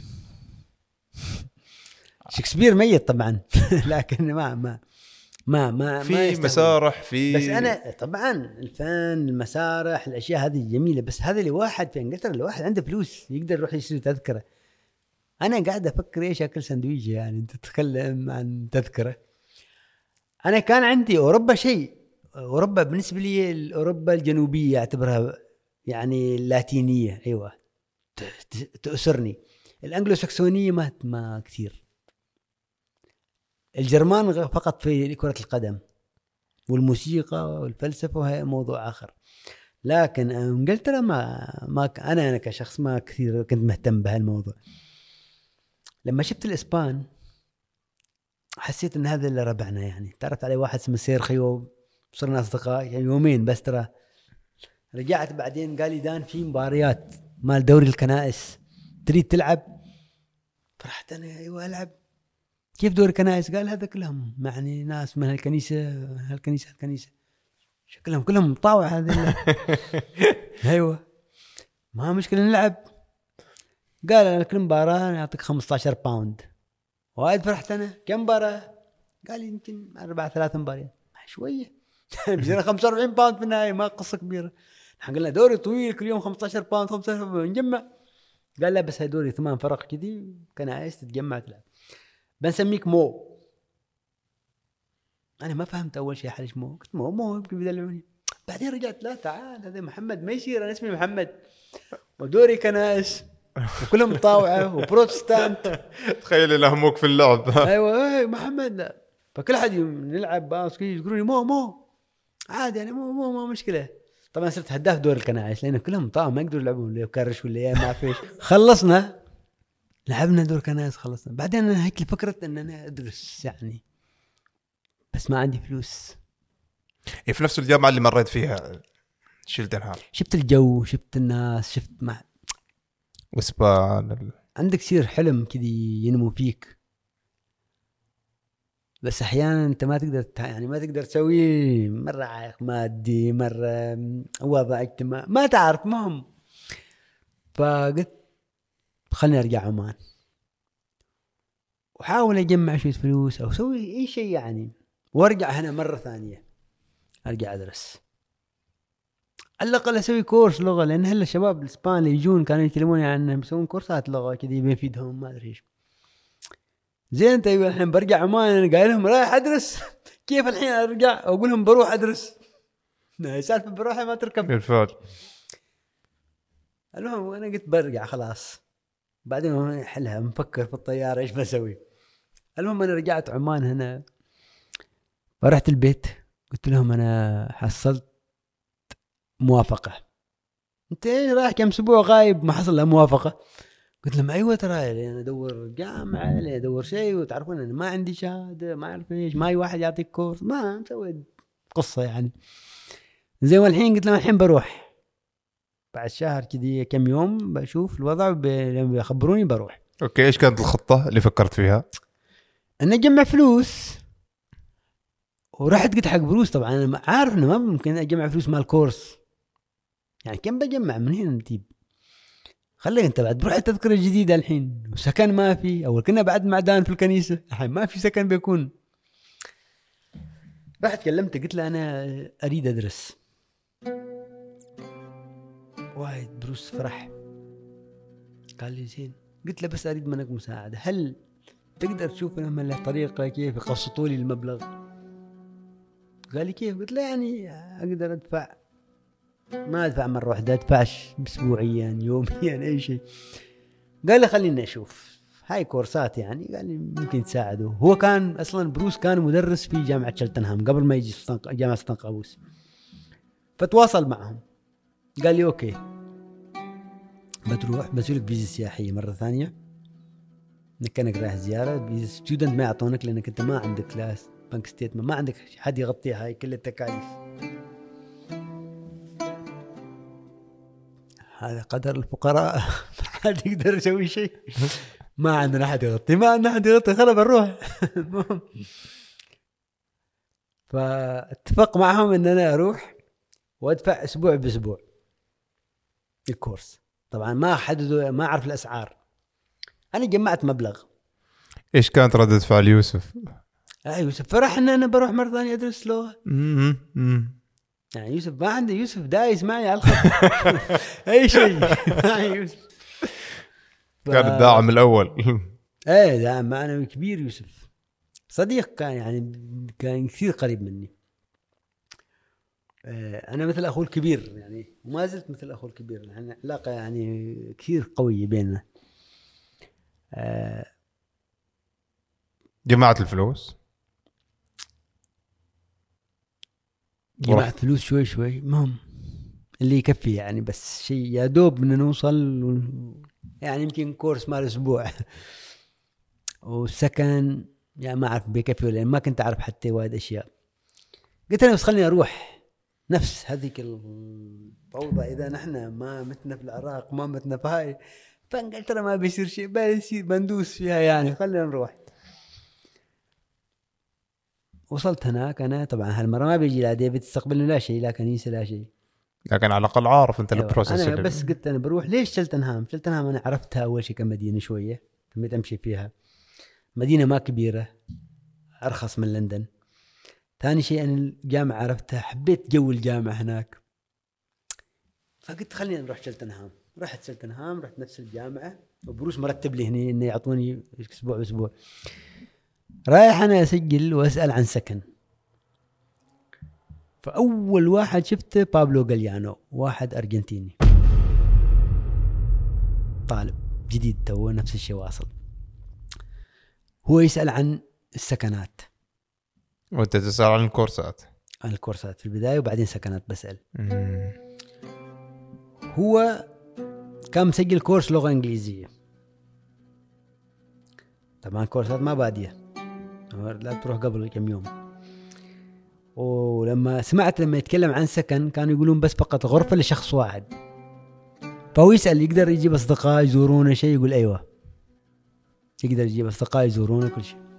شكسبير ميت طبعا. لكن ما ما ما ما في ما مسارح في، بس أنا طبعا الفن المسارح الأشياء هذه جميلة، بس هذا لواحد في إنجلترا، لواحد عنده فلوس يقدر يروح يشتري تذكرة. أنا قاعد أفكر إيش أكل سندويش، يعني أنت تتكلم عن تذكرة. أنا كان عندي أوروبا شيء، أوروبا بالنسبة لي أوروبا الجنوبية أعتبرها يعني اللاتينية، أيوة تأسرني. الأنجلو ساكسونية ما ما كثير. الجرمان فقط في كرة القدم والموسيقى والفلسفة، وهي موضوع آخر. لكن إنجلترا ما ما أنا أنا كشخص ما كثير كنت مهتم بهالموضوع. لما شفت الإسبان حسيت إن هذا اللي ربعنا، يعني تعرفت على واحد اسمه سيرخيو، صرنا أصدقاء يعني يومين بس. ترى رجعت بعدين قال لي دان في مباريات مال دوري الكنائس تريد تلعب؟ فرحت أنا أيوة ألعب. كيف دوري الكنائس؟ قال هذا كلهم يعني ناس من هالكنيسة هالكنيسة هالكنيسة شكلهم كلهم مطاوع هذا. أيوة ما مشكلة نلعب. قال أنا كل مباراة نعطيك خمسة عشر باوند. وايد فرحت أنا. كم مباراة؟ قال يمكن أربعة ثلاثة مباريات شوية. بزينا خمسة وأربعين باوند في النهاية، ما قصة كبيرة. نحن قلنا دوري طويل كل يوم خمسة عشر باوند خمسة عشر نجمع. قال لا بس هاي دوري ثمان فرق كذي كنائس تتجمع تلعب، بنسميك مو. أنا ما فهمت أول شيء حالش مو، قلت مو مو يمكن بيدلعوني. بعدين رجعت لا تعال هذا محمد ما يصير، أنا اسمي محمد ودوري كنائس وكلهم طاوعة وبروتستانت. تخيل الهموك في اللعب. أيوة محمد لا. فكل حد نلعب باسكت يقولون مو مو عادي يعني مو مو ما مشكلة. طبعا صرت هداف دور الكنائس لأن كلهم طاوع ما يقدروا يلعبون، اللي يكرش ولا يا ما فيش. خلصنا لعبنا دور كنائس خلصنا. بعدين أنا هيك فكرة إن أنا أدرس يعني، بس ما عندي فلوس. إيه في نفس الجامعة اللي مريت فيها شيلتنهام، شفت الجو، شفت الناس، شفت ما وإسبان. عندك يصير حلم كذي ينمو فيك، بس أحيانا أنت ما تقدر يعني ما تقدر تسوي. مرة عائق مادي، مرة وضع اجتماعي ما تعرف مهم. فقلت خلني أرجع عمان وحاول أجمع شوية فلوس أو سوي أي شيء يعني، وأرجع هنا مرة ثانية أرجع أدرس. على الأقل أسوي كورس لغة، لأن هلا الشباب الإسبان اللي يجون كانوا يكلموني عنهم يسوون كورسات لغة كذي بيفيدهم ما أدري إيش. زين طيب الحين برجع عمان أنا قايل لهم رايح أدرس، كيف الحين أرجع أقول لهم بروح أدرس؟ سالفة بروح ما تركب بالفعل. المهم أنا قلت برجع خلاص، بعدين حلها مفكر في الطيارة إيش بسوي. المهم أنا رجعت عمان هنا، فرحت البيت قلت لهم أنا حصلت موافقة. أنت إيش رايح كم أسبوع غايب ما حصل له موافقة؟ قلت لهم أيوة ترى لين أدور جامعة لين أدور شيء، وتعرفون أنا ما عندي شهادة ما أعرف إيش، ما أي واحد يعطيك كورس، ما مسوي قصة يعني. زي والحين قلت لهم الحين بروح بعد شهر كذي كم يوم بشوف الوضع لما بيخبروني بروح. اوكي ايش كانت الخطة اللي فكرت فيها؟ أنا أجمع فلوس، ورحت قلت حق فلوس طبعا أنا عارف إنه ما ممكن أجمع فلوس مال كورس، يعني كم بجمع من هنا نجيب. خليك أنت بعد بروح التذكرة الجديدة الحين، وسكن ما في، أول كنا بعد معدان في الكنيسة الحين ما في سكن بيكون. رحت كلمت قلت له أنا أريد أدرس. وايد بروس فرح قال لي زين. قلت له بس أريد منك مساعدة، هل تقدر تشوف لهم له طريقة كيف يقسطوا لي المبلغ؟ قال لي كيف؟ قلت له يعني أقدر أدفع، ما أدفع مرة واحدة، أدفعش أسبوعيا يوميا أي شيء. قال لي خلينا نشوف هاي كورسات يعني، قال لي ممكن تساعده. هو كان أصلا بروس كان مدرس في جامعة شلتنهام قبل ما يجي جامعة سلطان قابوس، فتواصل معهم قال لي أوكي بتروح بسوي لك فيزا سياحية مرة ثانية، إنك كأنك رايح زيارة. فيزا ستودنت ما يعطونك لأنك أنت ما عندك كلاس بنك ستيتمنت، ما عندك حد يغطيها هاي كل التكاليف. هذا قدر الفقراء ما حد يقدر يسوي شيء، ما عندنا حد يغطي، ما عندنا حد يغطي، خلاص بنروح. فاتفق معهم إن أنا أروح وأدفع أسبوع بأسبوع الكورس. طبعا ما حددوا، ما أعرف الأسعار. أنا جمعت مبلغ. إيش كانت ردة فعل يوسف؟ آه يوسف فرح إن أنا بروح مرة ثانية أدرس لغة. امم يعني يوسف ما عنده، يوسف دايس معي على الخط أي شيء معي يوسف. ف... كان الداعم الأول. إيه داعم معنا كبير. يوسف صديق كان يعني، كان كثير قريب مني. أنا مثل أخوه الكبير يعني، وما زلت مثل أخوه الكبير يعني، علاقة يعني كثير قوية بيننا. جمعت الفلوس جمعت فلوس شوي شوي مهم اللي يكفي يعني، بس شيء يا دوب بدنا نوصل و... يعني يمكن كورس مال أسبوع والسكن يعني ما أعرف بيكفي ولا ما كنت أعرف حتى وايد أشياء. قلت أنا بس خلني أروح نفس هذيك الفوضى، إذا نحن ما متنا في العراق ما متنا في هاي فانقلترا ما بيصير شيء، بيصير بندوس فيها يعني، خلينا نروح. وصلت هناك أنا طبعا هالمرة ما بيجي لا ديفيد تستقبلني لا شيء، لا كنيسة لا شيء، لكن على الأقل عارف أنت أيوة. البروسيس. أنا بس قلت أنا بروح ليش شلتنهام. شلتنهام أنا عرفتها أول شيء كمدينة شوية، كميت أمشي فيها، مدينة ما كبيرة، أرخص من لندن. ثاني شيء أنا الجامعة عرفتها، حبيت جو الجامعة هناك، فقلت خلينا نروح شلتنهام. رحت شلتنهام، رحت نفس الجامعة، وبروس مرتب لي هنا إنه يعطوني أسبوع بأسبوع. رايح أنا أسجل وأسأل عن سكن، فأول واحد شفته بابلو غاليانو، واحد أرجنتيني طالب جديد تو نفس الشيء واصل. هو يسأل عن السكنات وأنت تسأل عن الكورسات. عن الكورسات في البداية وبعدين سكنات بسأل. مم. هو كان مسجل كورس لغة إنجليزية، طبعا كورسات ما بادية، لا تروح قبل كم يوم. ولما سمعت لما يتكلم عن سكن كانوا يقولون بس فقط غرفة لشخص واحد، فهو يسأل يقدر يجيب أصدقاء يزورونه شيء، يقول أيوة يقدر يجيب أصدقاء يزورونه كل شيء.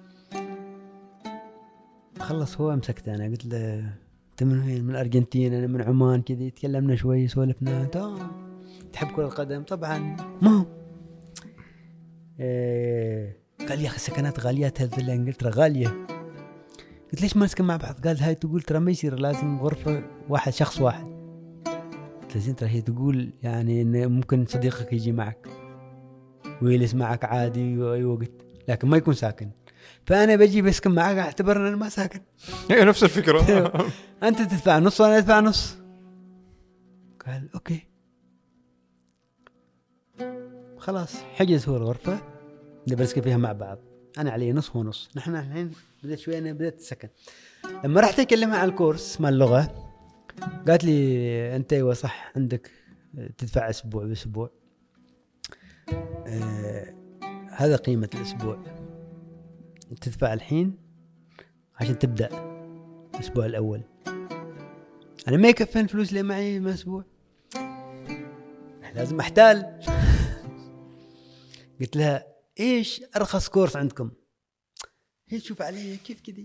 خلص هو مسكت أنا قلت له أنت من وين؟ من الأرجنتين، أنا من عمان. كذا تكلمنا شوي سولفنا، تحب كرة القدم طبعا ما هو إيه. قال يا أخي السكنات غاليات هذه إنجلترا غالية. قلت ليش ما نسكن مع بعض؟ قال هاي تقول ترى ما يصير، لازم غرفة واحد شخص واحد. قلت له زين ترى هي تقول يعني إن ممكن صديقك يجي معك ويجلس معك عادي أي وقت لكن ما يكون ساكن، فأنا بجي بسكن معك أعتبر أن أنا ما ساكن. هي نفس الفكرة. أنت تدفع نص وأنا أدفع نص. قال أوكي خلاص حجز هو الغرفة اللي بسكن فيها مع بعض، أنا علي نص ونص. نحن الحين بدأت شوي أنا بدأت السكن. لما رحت أكلمها عن الكورس مال اللغة قالت لي أنت أيوة صح عندك تدفع أسبوع بأسبوع، آه هذا قيمة الأسبوع، تدفع الحين عشان تبدأ الأسبوع الأول. أنا ما يكفين الفلوس اللي معي من أسبوع، لازم أحتال. قلت لها إيش أرخص كورس عندكم؟ هي تشوف علي كيف كذي.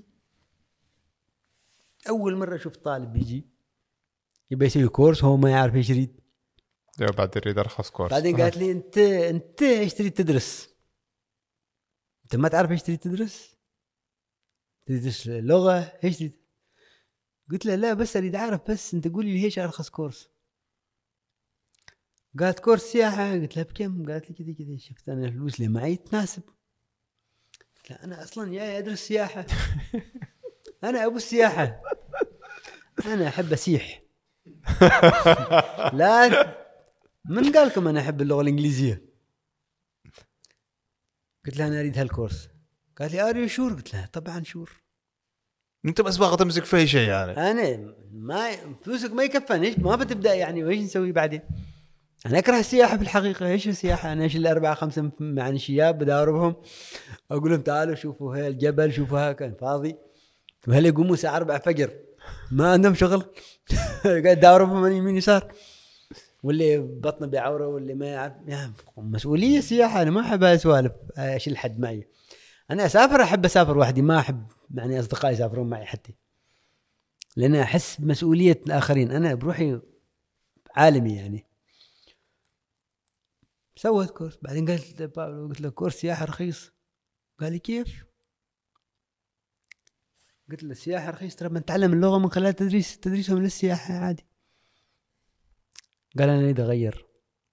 أول مرة أشوف طالب بيجي يبي يسوي كورس هو ما يعرف إيش يريد. يا بعد يريد أرخص كورس. بعدين قالت لي أنت أنت إيش تريد تدرس؟ أنت ما تعرف إيش تريد تدرس؟ تدرس لغة إيش تريد؟ قلت لها لا بس أريد أعرف بس أنت قولي لي إيش أرخص كورس. قالت كورس سياحة. قلت لها بكم؟ قالت لي كذا كذا. شفت أنا الفلوس اللي معي تناسب. قلت لها أنا أصلاً جاي أدرس سياحة. أنا أبو السياحة، أنا أحب أسيح. لا من قالكم أنا أحب اللغة الإنجليزية؟ قلت لها أنا أريد هالكورس. قالت لي أريو شور؟ قلت لها طبعاً شور. أنت بس باغي تمسك في أي شيء يعني. أنا ما فلوسك ما يكفني، إيش ما بتبدأ يعني وإيش نسوي بعدين؟ أنا أكره السياحة في الحقيقة. إيش السياحة؟ أنا إيش الأربعة خمسة يعني شياب بداربهم أقول لهم تعالوا شوفوا هاي الجبل شوفوا ها كان فاضي، وهل يقوموا الساعة أربعة فجر ما عندهم شغل قاعد داربهم من يمين يسار، واللي بطنه بعورة واللي ما يعرف يعني مسؤولية سياحة. أنا ما أحب هالسوالف أشيل حد معي. أنا أسافر أحب أسافر وحدي، ما أحب يعني أصدقائي يسافرون معي حتى، لأن أحس بمسؤولية الآخرين. أنا بروحي عالمي يعني. سويت كورس. بعدين قلت بابلو قلت له كورس سياحة رخيص. قال لي كيف؟ قلت له السياحة رخيص ترى بنتعلم اللغة من خلال تدريس تدريسهم للسياحة عادي. قال أنا أريد أغير.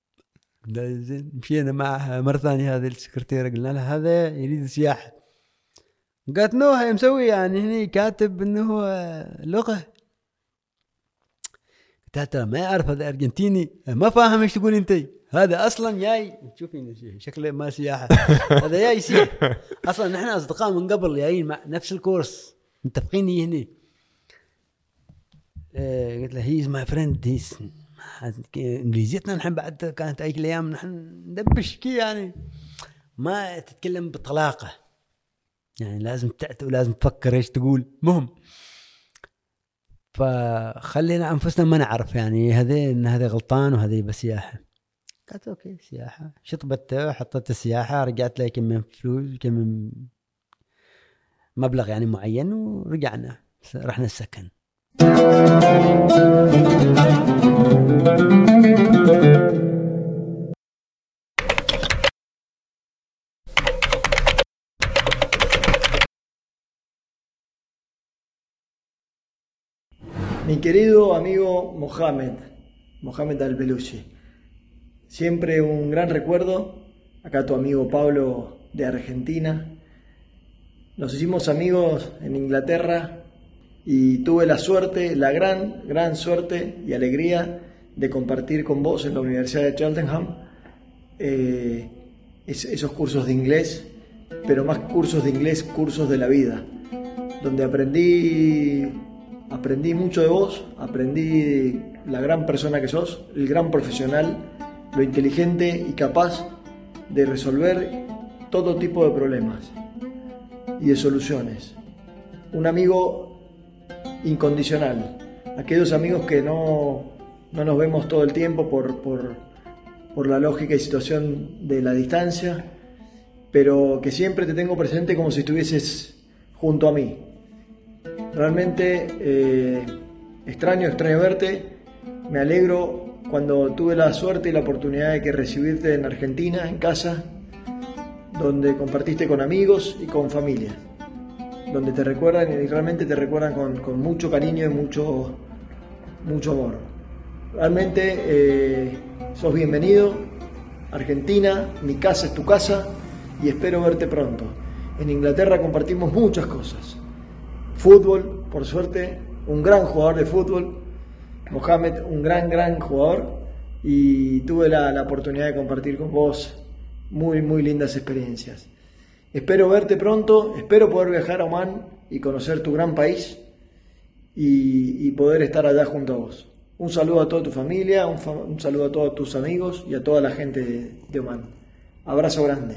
مشينا معها مرة ثانية هذه السكرتيرة قلنا لها هذا يريد السياحة. قالت نو هي مسوي يعني هني كاتب إنه هو لغة. قلت ترى ما يعرف هذا أرجنتيني ما فاهم إيش تقول أنتي، هذا أصلا جاي تشوفين شكله ما سياحة هذا جاي سياحة أصلا. نحن أصدقاء من قبل جايين مع نفس الكورس متفقين هني. آه قلت له هيز ماي فريند هيز إنجليزيتنا نحن بعد كانت أي الأيام نحن ندبش كي يعني ما تتكلم بطلاقة يعني لازم تأتي ولازم تفكر إيش تقول مهم. فخلينا أنفسنا ما نعرف يعني هذا إن هذا غلطان وهذا يبقى سياحة. قالت أوكي سياحة. شطبت حطت السياحة رجعت لي كم من فلوس كم من مبلغ يعني معين ورجعنا رحنا السكن. Mi querido amigo Mohamed, Mohamed Al-Belushi, siempre un gran recuerdo. Acá tu amigo Pablo de Argentina. Nos hicimos amigos en Inglaterra y tuve la suerte, la gran, gran suerte y alegría de compartir con vos en la Universidad de Cheltenham eh, es, esos cursos de inglés, pero más cursos de inglés, cursos de la vida, donde aprendí, aprendí mucho de vos, aprendí la gran persona que sos, el gran profesional, lo inteligente y capaz de resolver todo tipo de problemas y de soluciones. Un amigo incondicional, aquellos amigos que no, no nos vemos todo el tiempo por, por, por la lógica y situación de la distancia, pero que siempre te tengo presente como si estuvieses junto a mí. Realmente eh, extraño, extraño verte, me alegro cuando tuve la suerte y la oportunidad de que recibirte en Argentina, en casa, donde compartiste con amigos y con familia, donde te recuerdan y realmente te recuerdan con, con mucho cariño y mucho, mucho amor. realmente eh, sos bienvenido. Argentina, mi casa es tu casa y espero verte pronto. En Inglaterra compartimos muchas cosas. Fútbol, por suerte, un gran jugador de fútbol. Mohamed, un gran, gran jugador. Y tuve la, la oportunidad de compartir con vos muy, muy lindas experiencias. Espero verte pronto, espero poder viajar a Omán y conocer tu gran país y, y poder estar allá junto a vos. Un saludo a toda tu familia, un, fa- un saludo a todos tus amigos y a toda la gente de, de Omán. Abrazo grande.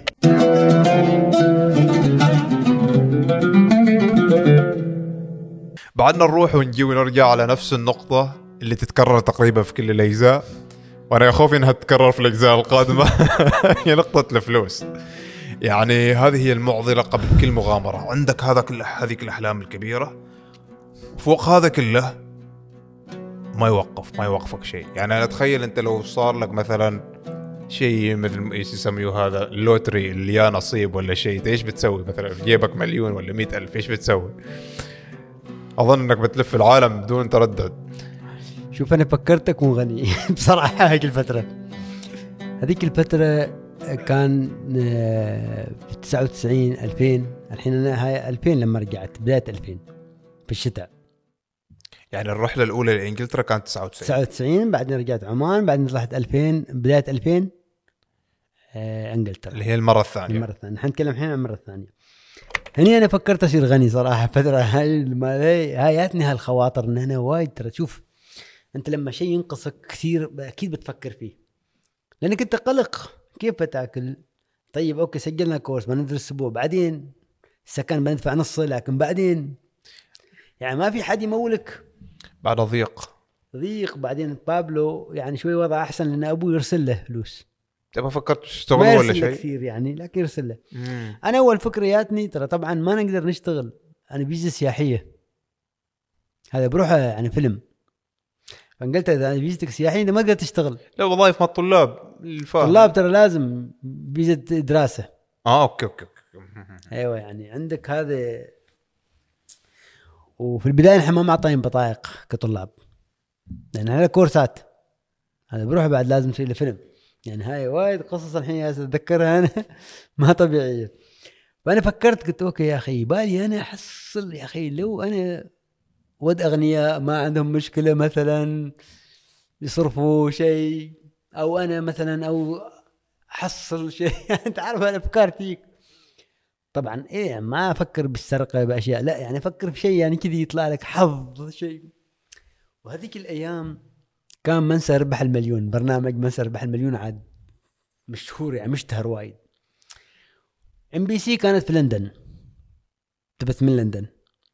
بعدنا نروح ونجي ونرجع على نفس النقطة اللي تتكرر تقريبا في كل الأجزاء، وأنا خوفي إنها تتكرر في الأجزاء القادمة. هي نقطة الفلوس. يعني هذه هي المعضلة قبل كل مغامرة. عندك هذا كل هذيك الأحلام الكبيرة، فوق هذا كله ما يوقف ما يوقفك شيء. يعني أنا أتخيل أنت لو صار لك مثلا شيء مثل ايش يسميه هذا اللوتري اللي يا نصيب ولا شيء، ايش بتسوي؟ مثلا في جيبك مليون ولا مئة ألف، ايش بتسوي؟ أظن أنك بتلف العالم بدون تردد. شوف أنا فكرت أكون غني بصراحة. هذيك الفترة هذيك الفترة كان في تسعة وتسعين ألفين، الحين أنا هاي ألفين لما رجعت بداية ألفين في الشتاء. يعني الرحلة الأولى لإنجلترا كانت تسعة وتسعين تسعة وتسعين، بعدين رجعت عمان، بعدين طلعت ألفين بداية ألفين آه إنجلترا اللي هي المرة الثانية. المرة الثانية نحن نتكلم الحين عن المرة الثانية. هني أنا فكرت أصير غني صراحة فترة. هاي المالي هاياتني هالخواطر إن أنا وايد ترى. شوف أنت لما شيء ينقصك كثير أكيد بتفكر فيه، لأنك أنت قلق كيف بتاكل. طيب أوكي سجلنا كورس بندرس أسبوع، بعدين السكن بندفع نصه، لكن بعدين يعني ما في حد يمولك بعد ضيق ضيق. بعدين بابلو يعني شوي وضع أحسن لأن أبوه يرسل له فلوس. ما فكرت تشتغل ولا شيء كثير يعني، لكن يرسل له. أنا أول فكرياتني ترى طبعا ما نقدر نشتغل، أنا بيزا سياحية هذا بروح يعني فيلم. فقلت إذا فيزتك سياحية أنت ما تقدر تشتغل. لا وظائف مع الطلاب الفاهم. طلاب ترى لازم فيزا دراسة. آه أوكي أوكي أوكي. أيوة يعني عندك هذا. وفي البداية نحن ما معطين بطايق كطلاب لأن هذا كورسات، هذا بروح بعد لازم تسوي له فيلم. يعني هاي وايد قصص الحين أتذكرها أنا ما طبيعية. فأنا فكرت قلت أوكي يا أخي بالي أنا أحصل يا أخي لو أنا ود أغنياء ما عندهم مشكلة مثلا يصرفوا شيء، أو أنا مثلا أو أحصل شيء. أنت عارف الأفكار فيك طبعا. إيه يعني ما أفكر بالسرقة بأشياء، لا يعني أفكر في شيء يعني كذي يطلع لك حظ شيء. وهذيك الأيام كان من سيربح المليون، برنامج من سيربح المليون عاد مشهور يعني مشتهر وايد. ام بي سي كانت في لندن، تبث من لندن.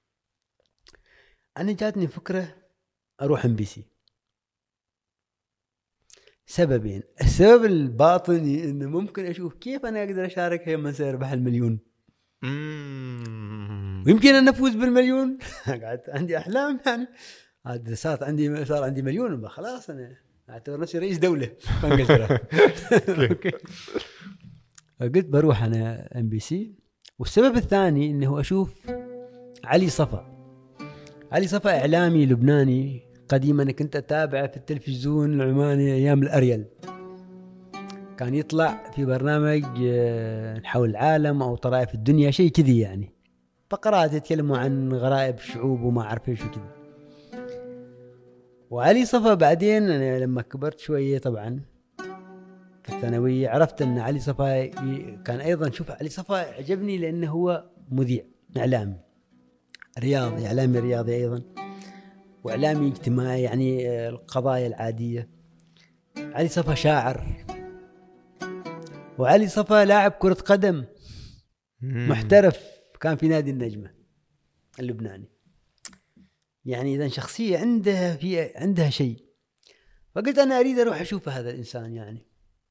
أنا جاتني فكرة أروح ام بي سي. سببين. السبب الباطني إنه ممكن أشوف كيف أنا أقدر أشارك هي من سيربح المليون، ويمكن أن أفوز بالمليون. قعدت عندي أحلام يعني. هذا صار عندي صار عندي مليون خلاص أنا أعتبر نفسي رئيس دولة في إنجلترا. قلت بروح أنا ام بي سي. والسبب الثاني إنه أشوف علي صفا. علي صفا إعلامي لبناني قديما كنت أتابعه في التلفزيون العماني أيام الأريل. كان يطلع في برنامج حول العالم أو طرائف الدنيا شيء كذي يعني، فقرات يتكلموا عن غرائب الشعوب وما أعرف إيش وكذا. وعلي صفا بعدين أنا لما كبرت شوية طبعا في الثانوية عرفت أن علي صفا كان أيضا. شوف علي صفا عجبني لأنه هو مذيع إعلامي رياضي، إعلامي رياضي أيضا، وإعلامي اجتماعي يعني القضايا العادية. علي صفا شاعر، وعلي صفا لاعب كرة قدم محترف كان في نادي النجمة اللبناني. يعني إذا شخصية عندها في عندها شيء. فقلت أنا أريد أروح أشوف هذا الإنسان يعني.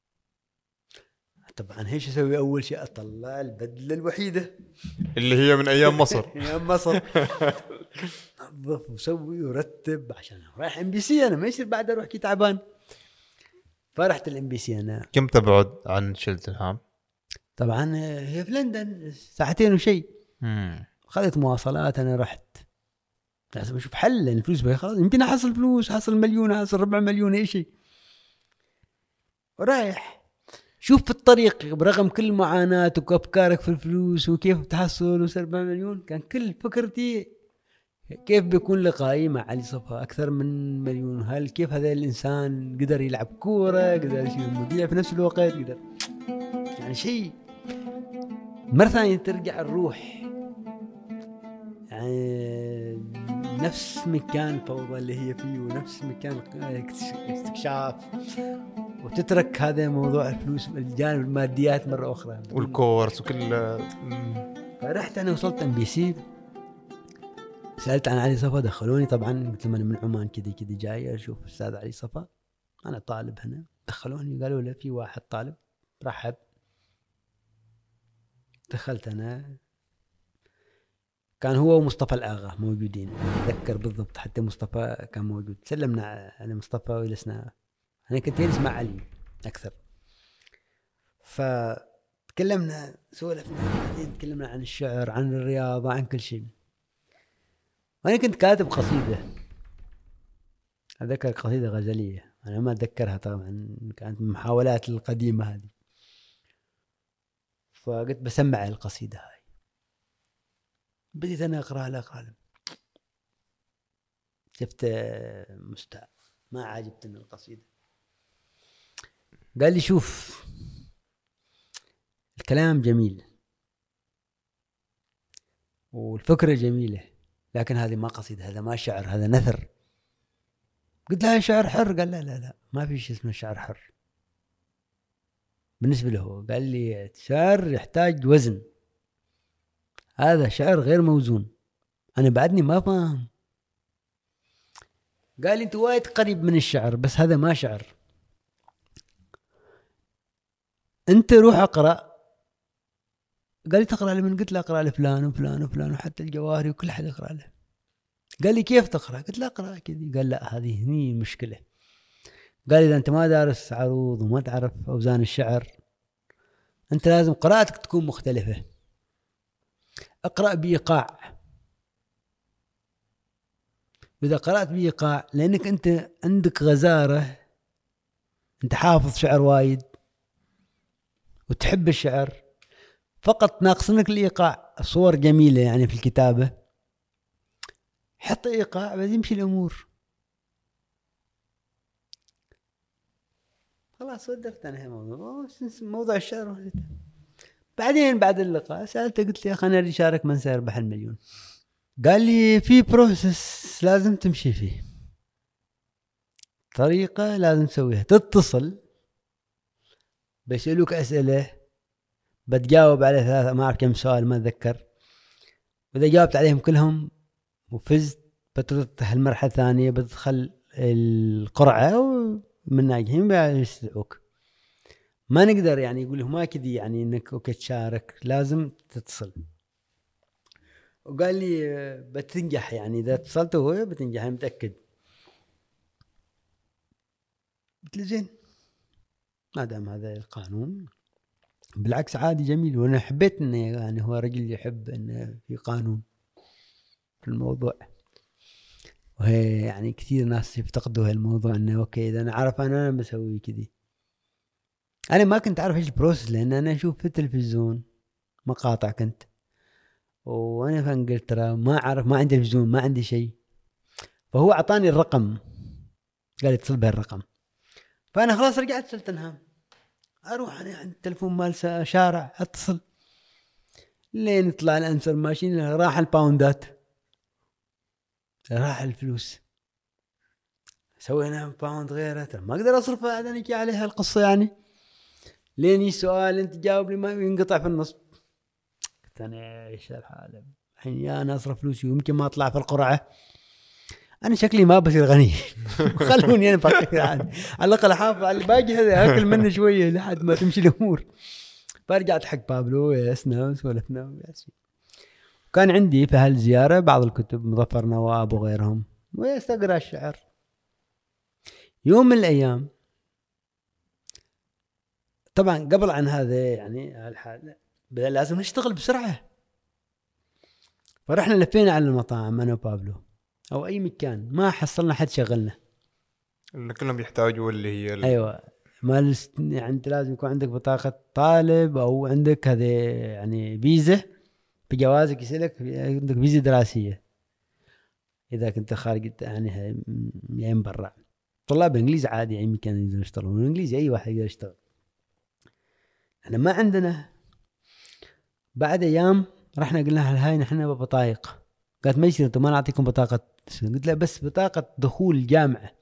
طبعا ايش اسوي؟ اول شيء اطلع البدله الوحيده اللي هي من ايام مصر. ايام مصر انظف وسوي ورتب عشان رايح ام بي سي. انا ما يصير بعد اروح كي تعبان. فرحت الام بي سي. انا كم تبعد عن شيلتنهام؟ طبعا هي في لندن ساعتين وشيء. اخذت مواصلات. انا رحت لازم اشوف حل، لان الفلوس خلاص يمكن احصل فلوس، احصل مليون، احصل ربع مليون، اي شيء. ورايح شوف في الطريق برغم كل معاناتك وافكارك في الفلوس وكيف تحصل وصل ربع مليون، كان كل فكرتي كيف بيكون لقائي مع علي صفا أكثر من مليون. هل كيف هذا الإنسان قدر يلعب كورة، قدر يصير مذيع في نفس الوقت، قدر يعني شيء. مرة ثانية ترجع الروح يعني نفس مكان الفوضى اللي هي فيه ونفس مكان استكشاف، وتترك هذا موضوع الفلوس الجانب الماديات مرة أخرى والكورس وكل. فرحت أنا وصلت ام بي سي، سألت عن علي صفا، دخلوني طبعا مثل ما أنا من عمان كذا كذا جاي أشوف أستاذ علي صفا، أنا طالب هنا. دخلوني قالوا له في واحد طالب، رحب. دخلت أنا، كان هو ومصطفى الآغا موجودين، أتذكر بالضبط حتى مصطفى كان موجود. سلمنا على مصطفى وجلسنا، أنا كنت جالس مع علي أكثر. فتكلمنا سولفنا، بعدين تكلمنا عن الشعر، عن الرياضة، عن كل شيء. وأنا كنت كاتب قصيدة، أذكر قصيدة غزلية، أنا ما أتذكرها طبعا، كانت من محاولات القديمة هذه. فقلت بسمع القصيدة هاي، بديت أنا أقرأ لها أقرأ لها، شفت مستاء، ما عجبتني القصيدة. قال لي شوف الكلام جميل والفكرة جميلة، لكن هذه ما قصيدة، هذا ما شعر، هذا نثر. قلت له شعر حر؟ قال لا لا لا ما في شيء اسمه شعر حر بالنسبة له. قال لي شعر يحتاج وزن، هذا شعر غير موزون. أنا بعدني ما فاهم. قال لي أنت وايد قريب من الشعر، بس هذا ما شعر. أنت روح أقرأ. قال لي تقرأ لمن؟ قلت له أقرأ لفلان وفلان وفلان وحتى الجواهري وكل حد أقرأ له. قال لي كيف تقرأ؟ قلت له أقرأ كذي. قال لا هذه هني مشكلة. قال إذا أنت ما دارس عروض وما تعرف أوزان الشعر، أنت لازم قراءتك تكون مختلفة. أقرأ بإيقاع. إذا قرأت بإيقاع، لأنك أنت عندك غزارة، أنت حافظ شعر وايد وتحب الشعر، فقط ناقصنك الإيقاع. الصور جميلة يعني في الكتابة، حط إيقاع بس يمشي الأمور. خلاص ودرت أنا موضوع موضوع الشعر. بعدين بعد اللقاء سألته، قلت لي أخي أنا أريد أشارك من سيربح المليون. قال لي في بروسس لازم تمشي فيه، طريقة لازم تسويها. تتصل بيسألوك أسئلة، بتجاوب على ثلاثة ما أعرف كم سؤال ما أتذكر، وإذا جاوبت عليهم كلهم وفزت بتروح المرحلة الثانية، بتدخل القرعة ومن ناجحين بيستدعوك. ما نقدر يعني يقول لهم ما كذي يعني إنك أوكي تشارك، لازم تتصل. وقال لي بتنجح يعني إذا اتصلت هو بتنجح متأكد. قلت له زين ما دام هذا القانون بالعكس عادي جميل. وأنا حبيت إنه يعني هو رجل يحب إنه في قانون في الموضوع، وهي يعني كثير ناس يفتقدوا هالموضوع إنه أوكي إذا أنا عارف أنا, أنا بسوي كذي. أنا ما كنت أعرف إيش البروسس، لأن أنا أشوف في التلفزيون مقاطع كنت، وأنا في إنجلترا ما أعرف، ما عندي تلفزيون ما عندي شيء. فهو أعطاني الرقم، قال اتصل بهالرقم. فأنا خلاص رجعت سلتنهام، أروح أنا عند التلفون مال شارع أتصل، لين يطلع الأنسر ماشين. راح الباوندات، راح الفلوس، سوينا باوند غيره، ما أقدر أصرف هذا نجي عليها القصة يعني. لين السؤال أنت جاوب لي ما ينقطع في النص. قلت أنا إيش الحالة الحين؟ يا أنا أصرف فلوسي ويمكن ما أطلع في القرعة، أنا شكلي ما بصير غني. خلوني أنا فكر يعني. على الأقل حافظ على الباقي هذا أكل منه شوية لحد ما تمشي الأمور. فرجعت حق بابلو ياسنا وسولفنا وياسين. كان عندي في هالزيارة بعض الكتب، مظفر نواب وغيرهم، ويستقرأ الشعر. يوم من الأيام طبعا قبل عن هذا يعني هالحالة لازم نشتغل بسرعة. فرحنا لفينا على المطاعم أنا وبابلو، او اي مكان ما حصلنا حد شغلنا. اللي كلهم يحتاجوا اللي هي ال... ايوه ما لست... يعني انت لازم يكون عندك بطاقه طالب او عندك هذه يعني فيزا بجوازك يسألك عندك فيزا دراسيه اذا كنت خارج يعني يعني برا. طلاب الانجليزي عادي يعني مكان يقدروا يشتغلون الانجليزي اي واحد يقدر يشتغل. احنا ما عندنا. بعد ايام رحنا قلنا لها هاي نحن ببطايق. قالت ما يصير انتم ما نعطيكم بطاقه. قلت لها بس بطاقه دخول الجامعه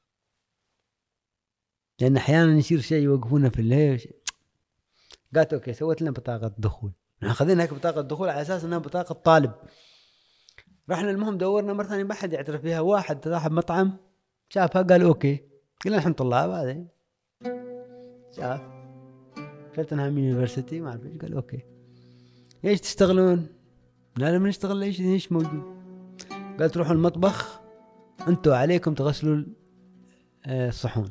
لان احيانا يصير شيء يوقفونا في الليل. قالت اوكي سويت لنا بطاقه دخول. نحن خذينا هيك بطاقه دخول على اساس انها بطاقه طالب. رحنا المهم دورنا مره ثانيه ما حد يعترف فيها. واحد صاحب مطعم شافها قال اوكي. قلنا نحن طلاب هذا شاف قلت انها من يونيفرسيتي ما اعرف ايش. قال اوكي ايش تشتغلون؟ لا ما نشتغل ليش ايش موجود. قال تروحوا المطبخ انتوا عليكم تغسلوا الصحون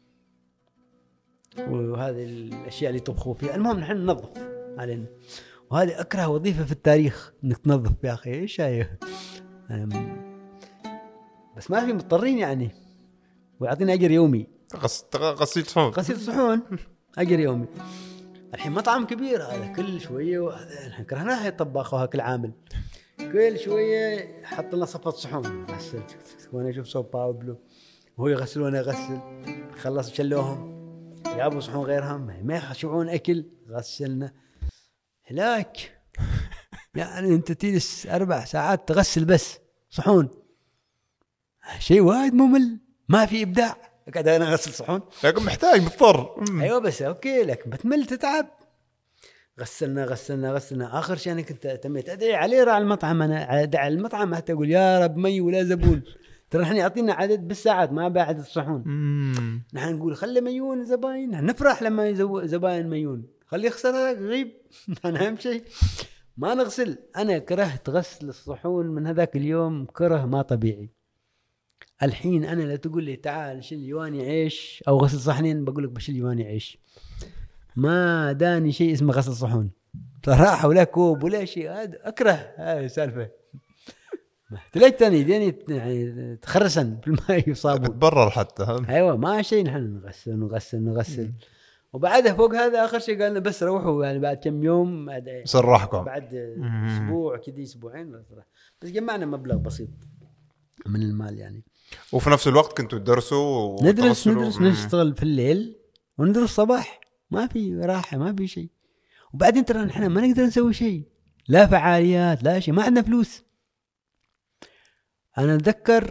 وهذه الاشياء اللي يطبخوا فيها. المهم نحن ننظف علينا. وهذه اكره وظيفه في التاريخ انك تنظف يا اخي ايش هاي. بس ما في مضطرين يعني ويعطينا اجر يومي. غسيل صحون غسيل صحون اجر يومي. الحين مطعم كبير هذا كل شويه وهذا نحن كرهناها الطباخ وهاك العامل كل شويه حط لنا صفة صحون غسلت وانا اشوف سو باولو وهو يغسل وانا اغسل. خلص شلوهم جابوا صحون غيرهم ما يشبعون اكل غسلنا. هلاك يعني انت تجلس اربع ساعات تغسل بس صحون شيء وايد ممل ما في ابداع. قاعد انا اغسل صحون لكن محتاج مضطر. ايوه بس اوكي لكن بتمل تتعب. غسلنا غسلنا غسلنا اخر شيء انا كنت تميت ادعي عليه راعي المطعم. انا ادعي المطعم حتى اقول يا رب مي ولا زبون. ترى نحن يعطينا عدد بالساعات ما بعد الصحون. نحن نقول خلي ميون زباين. نحن نفرح لما يزو زباين ميون. خلي يخسر غيب. انا اهم شيء ما نغسل. انا كرهت غسل الصحون من هذاك اليوم كره ما طبيعي. الحين انا لا تقول لي تعال شيل يواني عيش او غسل صحنين بقول لك بشيل يواني عيش. ما داني شيء اسمه غسل صحون صراحه ولا كوب ولا شيء. هذا اكره هاي سالفه. تلاقي تاني ديني يعني تخرسن في الماء وصابون تبرر حتى. ايوه ما شيء نحن نغسل نغسل نغسل. وبعدها فوق هذا اخر شيء قالنا بس روحوا يعني بعد كم يوم بعد سرحكم بعد اسبوع كذا اسبوعين بس, بس جمعنا مبلغ بسيط من المال يعني. وفي نفس الوقت كنتوا تدرسوا ندرس ندرس نشتغل في الليل وندرس صباح. ما في راحة ما في شيء. وبعدين ترى نحن ما نقدر نسوي شيء لا فعاليات لا شيء ما عندنا فلوس. أنا أتذكر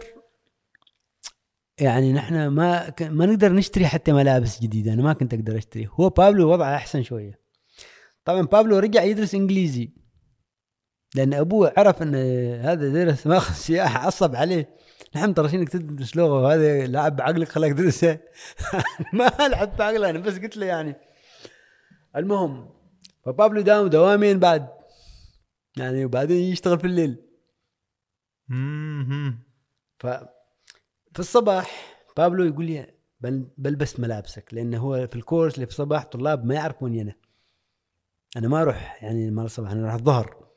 يعني نحن ما ما نقدر نشتري حتى ملابس جديدة. أنا ما كنت أقدر أشتري. هو بابلو وضعه أحسن شوية. طبعا بابلو رجع يدرس إنجليزي لأن أبوه عرف أن هذا درس ماخذ سياحة عصب عليه. نحن ترشينك تدرس لغة وهذا لعب بعقلك خلاك تدرسها. ما لعب بعقله أنا بس قلت له يعني. المهم فبابلو داوم دوامين بعد يعني وبعدين يشتغل في الليل. ف في الصباح بابلو يقول لي بلبس ملابسك لأنه هو في الكورس اللي في الصباح طلاب ما يعرفوني أنا. أنا ما أروح يعني مال الصباح أنا أروح الظهر.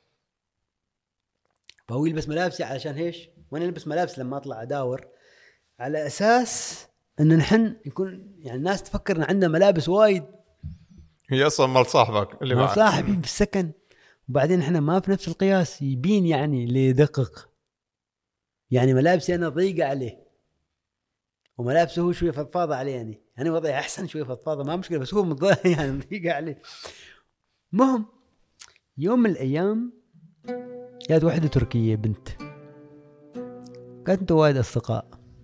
فهو يلبس ملابسي علشان هيش وانا البس ملابس لما اطلع اداور على اساس ان نحن يكون يعني الناس تفكر ان عندنا ملابس وايد. هي اصلا مال صاحبك اللي معك صاحبي في السكن. وبعدين احنا ما في نفس القياس يبين يعني اللي يدقق يعني ملابسي انا ضيقه عليه وملابسه هو شويه فضفاضه عليه يعني يعني وضعي احسن شويه فضفاضه ما مشكله بس هو مضايق يعني ضيقه عليه. مهم يوم من الايام جات واحدة تركية بنت قالت انتوا وايد اصدقاء.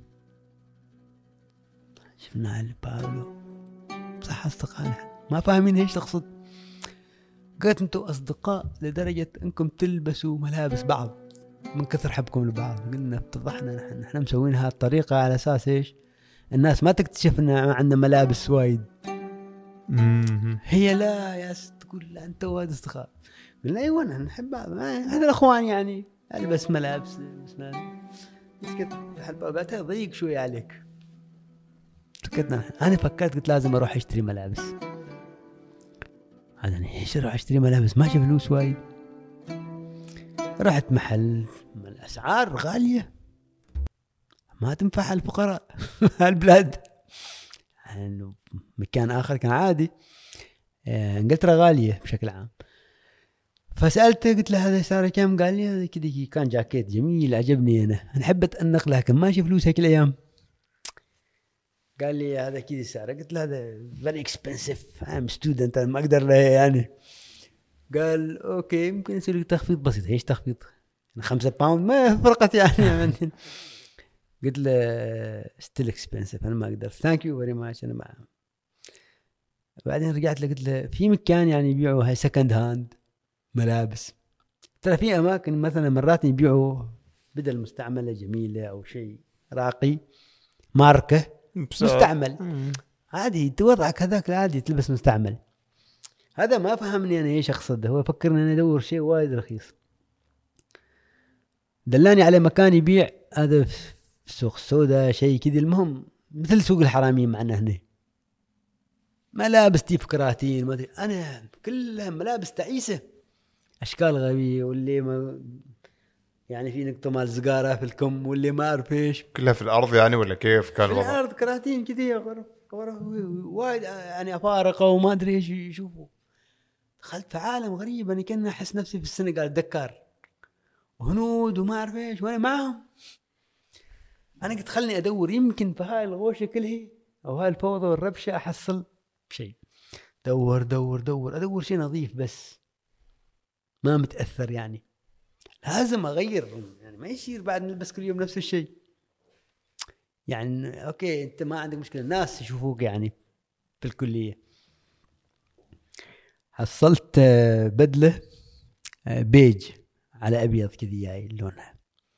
شفنا على بابلو صح اصدقاء نحن ما فاهمين ايش تقصد. قالت انتوا اصدقاء لدرجة انكم تلبسوا ملابس بعض من كثر حبكم لبعض. قلنا اتضحنا نحن نحن مسوين هذه الطريقة على اساس ايش الناس ما تكتشف ان عندنا ملابس وايد. هي لا يا تقول لا انتوا وايد اصدقاء. قلنا ايوه نحن نحب بعض هذا الاخوان يعني البس ملابس بس مسكت الباباتها ضيق شوي عليك. سكتنا انا فكرت قلت لازم اروح اشتري ملابس. هذا انا ايش اروح اشتري ملابس ماشي فلوس وايد. رحت محل الاسعار غاليه ما تنفع الفقراء هالبلاد. يعني مكان آخر كان عادي. انجلترا غالية بشكل عام. فسألته قلت له هذا سعره كم؟ قال لي هذا كذا كان جاكيت جميل عجبني أنا أنا حب أتأنق لكن ماشي فلوس هيك الأيام. قال لي هذا كذا سعره. قلت له هذا very expensive I'm student أنا ما أقدر له يعني. قال أوكي ممكن يصير لك تخفيض بسيط. إيش تخفيض؟ خمسة باوند ما فرقت يعني. قلت له still expensive أنا ما أقدر thank you very much أنا ما. بعدين رجعت له قلت له في مكان يعني يبيعوا هاي second hand ملابس. ترى في أماكن مثلا مرات يبيعوا بدل مستعملة جميلة أو شيء راقي ماركة مستعمل عادي توضعك هذاك العادي تلبس مستعمل. هذا ما فهمني أنا إيش أقصده. هو فكرني أنا أدور شيء وايد رخيص. دلاني على مكان يبيع هذا في السوق السوداء شيء كذي. المهم مثل سوق الحرامين معنا هنا ملابس تيف كراتين ما أدري أنا كلها ملابس تعيسة أشكال غبية واللي ما يعني في نقطة مال زقارة في الكم واللي ما أعرف إيش كلها في الأرض يعني ولا كيف كان الوضع؟ في الأرض كراتين كذي وايد يعني أفارقة وما أدري إيش يشوفوا. دخلت في عالم غريب أنا كنا أحس نفسي في السنغال دكار وهنود وما أعرف إيش وأنا معهم. أنا قلت خلني أدور يمكن في هاي الغوشة كلها أو هاي الفوضى والربشة أحصل شيء. دور دور دور أدور شيء نظيف بس ما متأثر يعني. لازم أغير يعني ما يصير بعد نلبس كل يوم نفس الشيء يعني. أوكي أنت ما عندك مشكلة الناس يشوفوك يعني في الكلية. حصلت بدلة بيج على أبيض كذي يعني لونها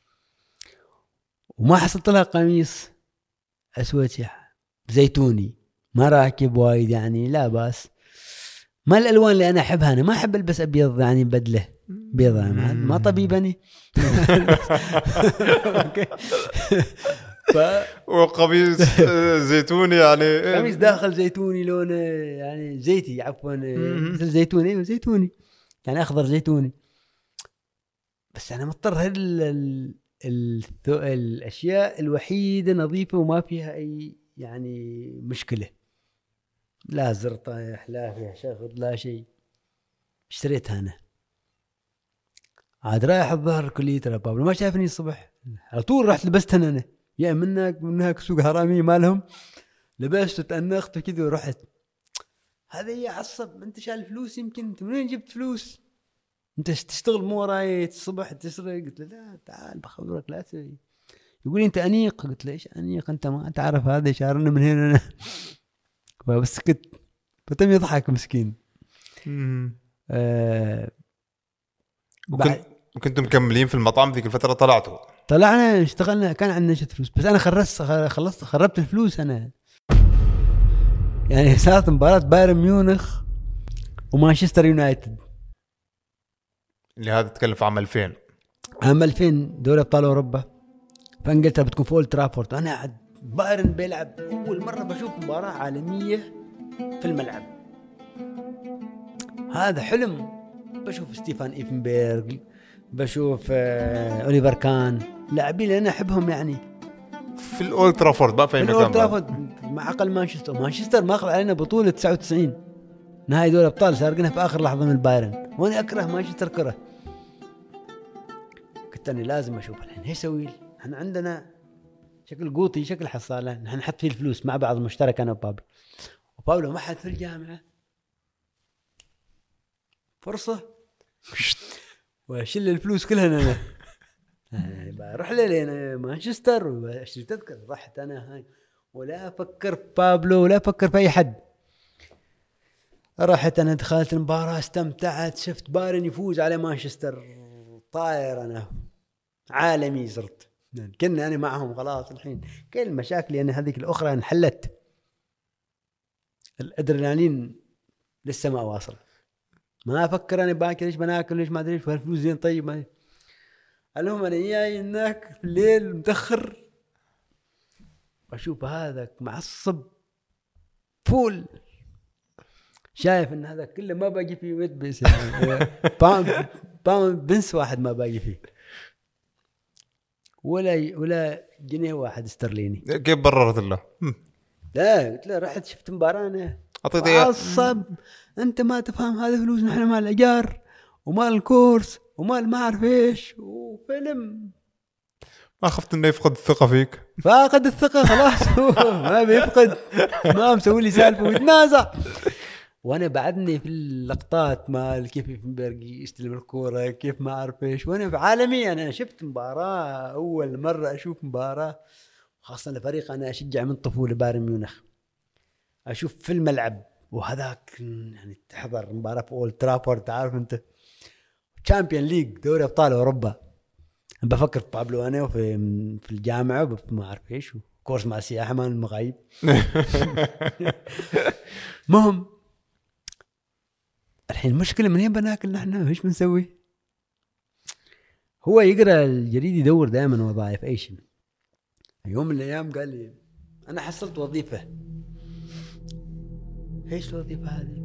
وما حصلت لها قميص أسود زيتوني ما راكب وايد يعني لا باس. ما الألوان اللي أنا أحبها. أنا ما أحب ألبس أبيض يعني بدلة بيضة ما, ما طبيبني. ف... وقميص زيتوني يعني قميص داخل زيتوني لونه يعني زيتي عفوا مثل زيتوني وزيتوني يعني أخضر زيتوني. بس أنا مضطر هال ال... ال... الأشياء الوحيدة نظيفة وما فيها أي يعني مشكلة. لا زر طايح لا فيها شغل لا شيء. اشتريتها أنا عاد رايح الظهر كلية ترى بابلو ما شافني الصبح على طول رحت لبستها أنا يا منك منك سوق حرامي مالهم لبست وتأنخت وكذا ورحت. هذا يعصب أنت شال فلوس يمكن أنت منين جبت فلوس أنت تشتغل مو وراي الصبح تسرق. قلت له لا تعال بخبرك لا تسوي. يقول أنت أنيق. قلت له إيش أنيق أنت ما تعرف هذا شارنا من هنا أنا. فبس كنت فتم يضحك مسكين. آه وكنت وكنتم مكملين في المطعم ذيك الفترة طلعتوا؟ طلعنا اشتغلنا كان عندنا شت فلوس بس أنا خلصت خلصت خربت الفلوس أنا يعني. صارت مباراة بايرن ميونخ ومانشستر يونايتد اللي هذا تكلف عام ألفين عام ألفين دوري أبطال أوروبا. فانجلترا بتكون في أولد ترافورد. أنا عاد بايرن بيلعب أول مرة بشوف مباراة عالمية في الملعب. هذا حلم. بشوف ستيفان إيفنبرغ بشوف آه أوليفر كان لاعبين أنا أحبهم يعني في الأولد ترافورد. ما في الأولد ترافورد مع أقل مانشستر. مانشستر ما أخذ علينا بطولة تسعة وتسعين نهائي دوري أبطال سارقنا في آخر لحظة من البايرن وأنا أكره مانشستر كره. قلت أنا لازم أشوف الحين هي سوي. إحنا عندنا شكل قوطي شكل حصالة نحن نحط فيه الفلوس مع بعض مشترك أنا وبابلو. وبابلو ما حد في الجامعة فرصة وأشيل الفلوس كلها أنا بروح لين مانشستر وأشتري تذكرة. رحت أنا هاي ولا أفكر في بابلو ولا أفكر في أي حد. رحت أنا دخلت المباراة استمتعت شفت بايرن يفوز على مانشستر طاير أنا عالمي صرت كنا أنا معهم خلاص. الحين كل المشاكل يعني هذيك الأخرى انحلت. الأدرينالين لسه ما واصل. ما أفكر أنا باكر إيش بناكل ليش ما أدري إيش والفلوس زين طيب ما. المهم أنا جاي هناك في الليل متأخر أشوف هذا معصب فول شايف إن هذا كله ما باقي فيه ود بس يعني بام بام بنس واحد ما باقي فيه. ولا ولا جنيه واحد استرليني. كيف بررت له؟ لا قلت له رحت شفت مباراة أنا أعطيته عصب، أنت ما تفهم هذا فلوس نحن مال الأجار ومال الكورس ومال ما أعرف إيش وفيلم. ما خفت إنه يفقد الثقة فيك؟ فاقد الثقة خلاص هو ما بيفقد، ما مسوي لي سالفة ويتنازع. وانا بعدني في اللقطات مال كيف يفنبرغ يستلم الكوره كيف ما اعرف ايش، وانا في عالمي انا شفت مباراه اول مره اشوف مباراه خاصه لفريق انا اشجع من طفوله بايرن ميونخ، اشوف في الملعب وهذاك يعني تحضر مباراه في اولد ترافورد، تعرف انت تشامبيون ليج دوري ابطال اوروبا. بفكر في بابلو انا وفي في الجامعه ما اعرف ايش كورس مع سياحه ما المغايب. مهم الحين المشكلة منين بناكل نحن ايش بنسوي؟ هو يقرأ الجريد يدور دائما وظائف اي شيء. يوم من الايام قال لي انا حصلت وظيفة. ايش الوظيفة هذه؟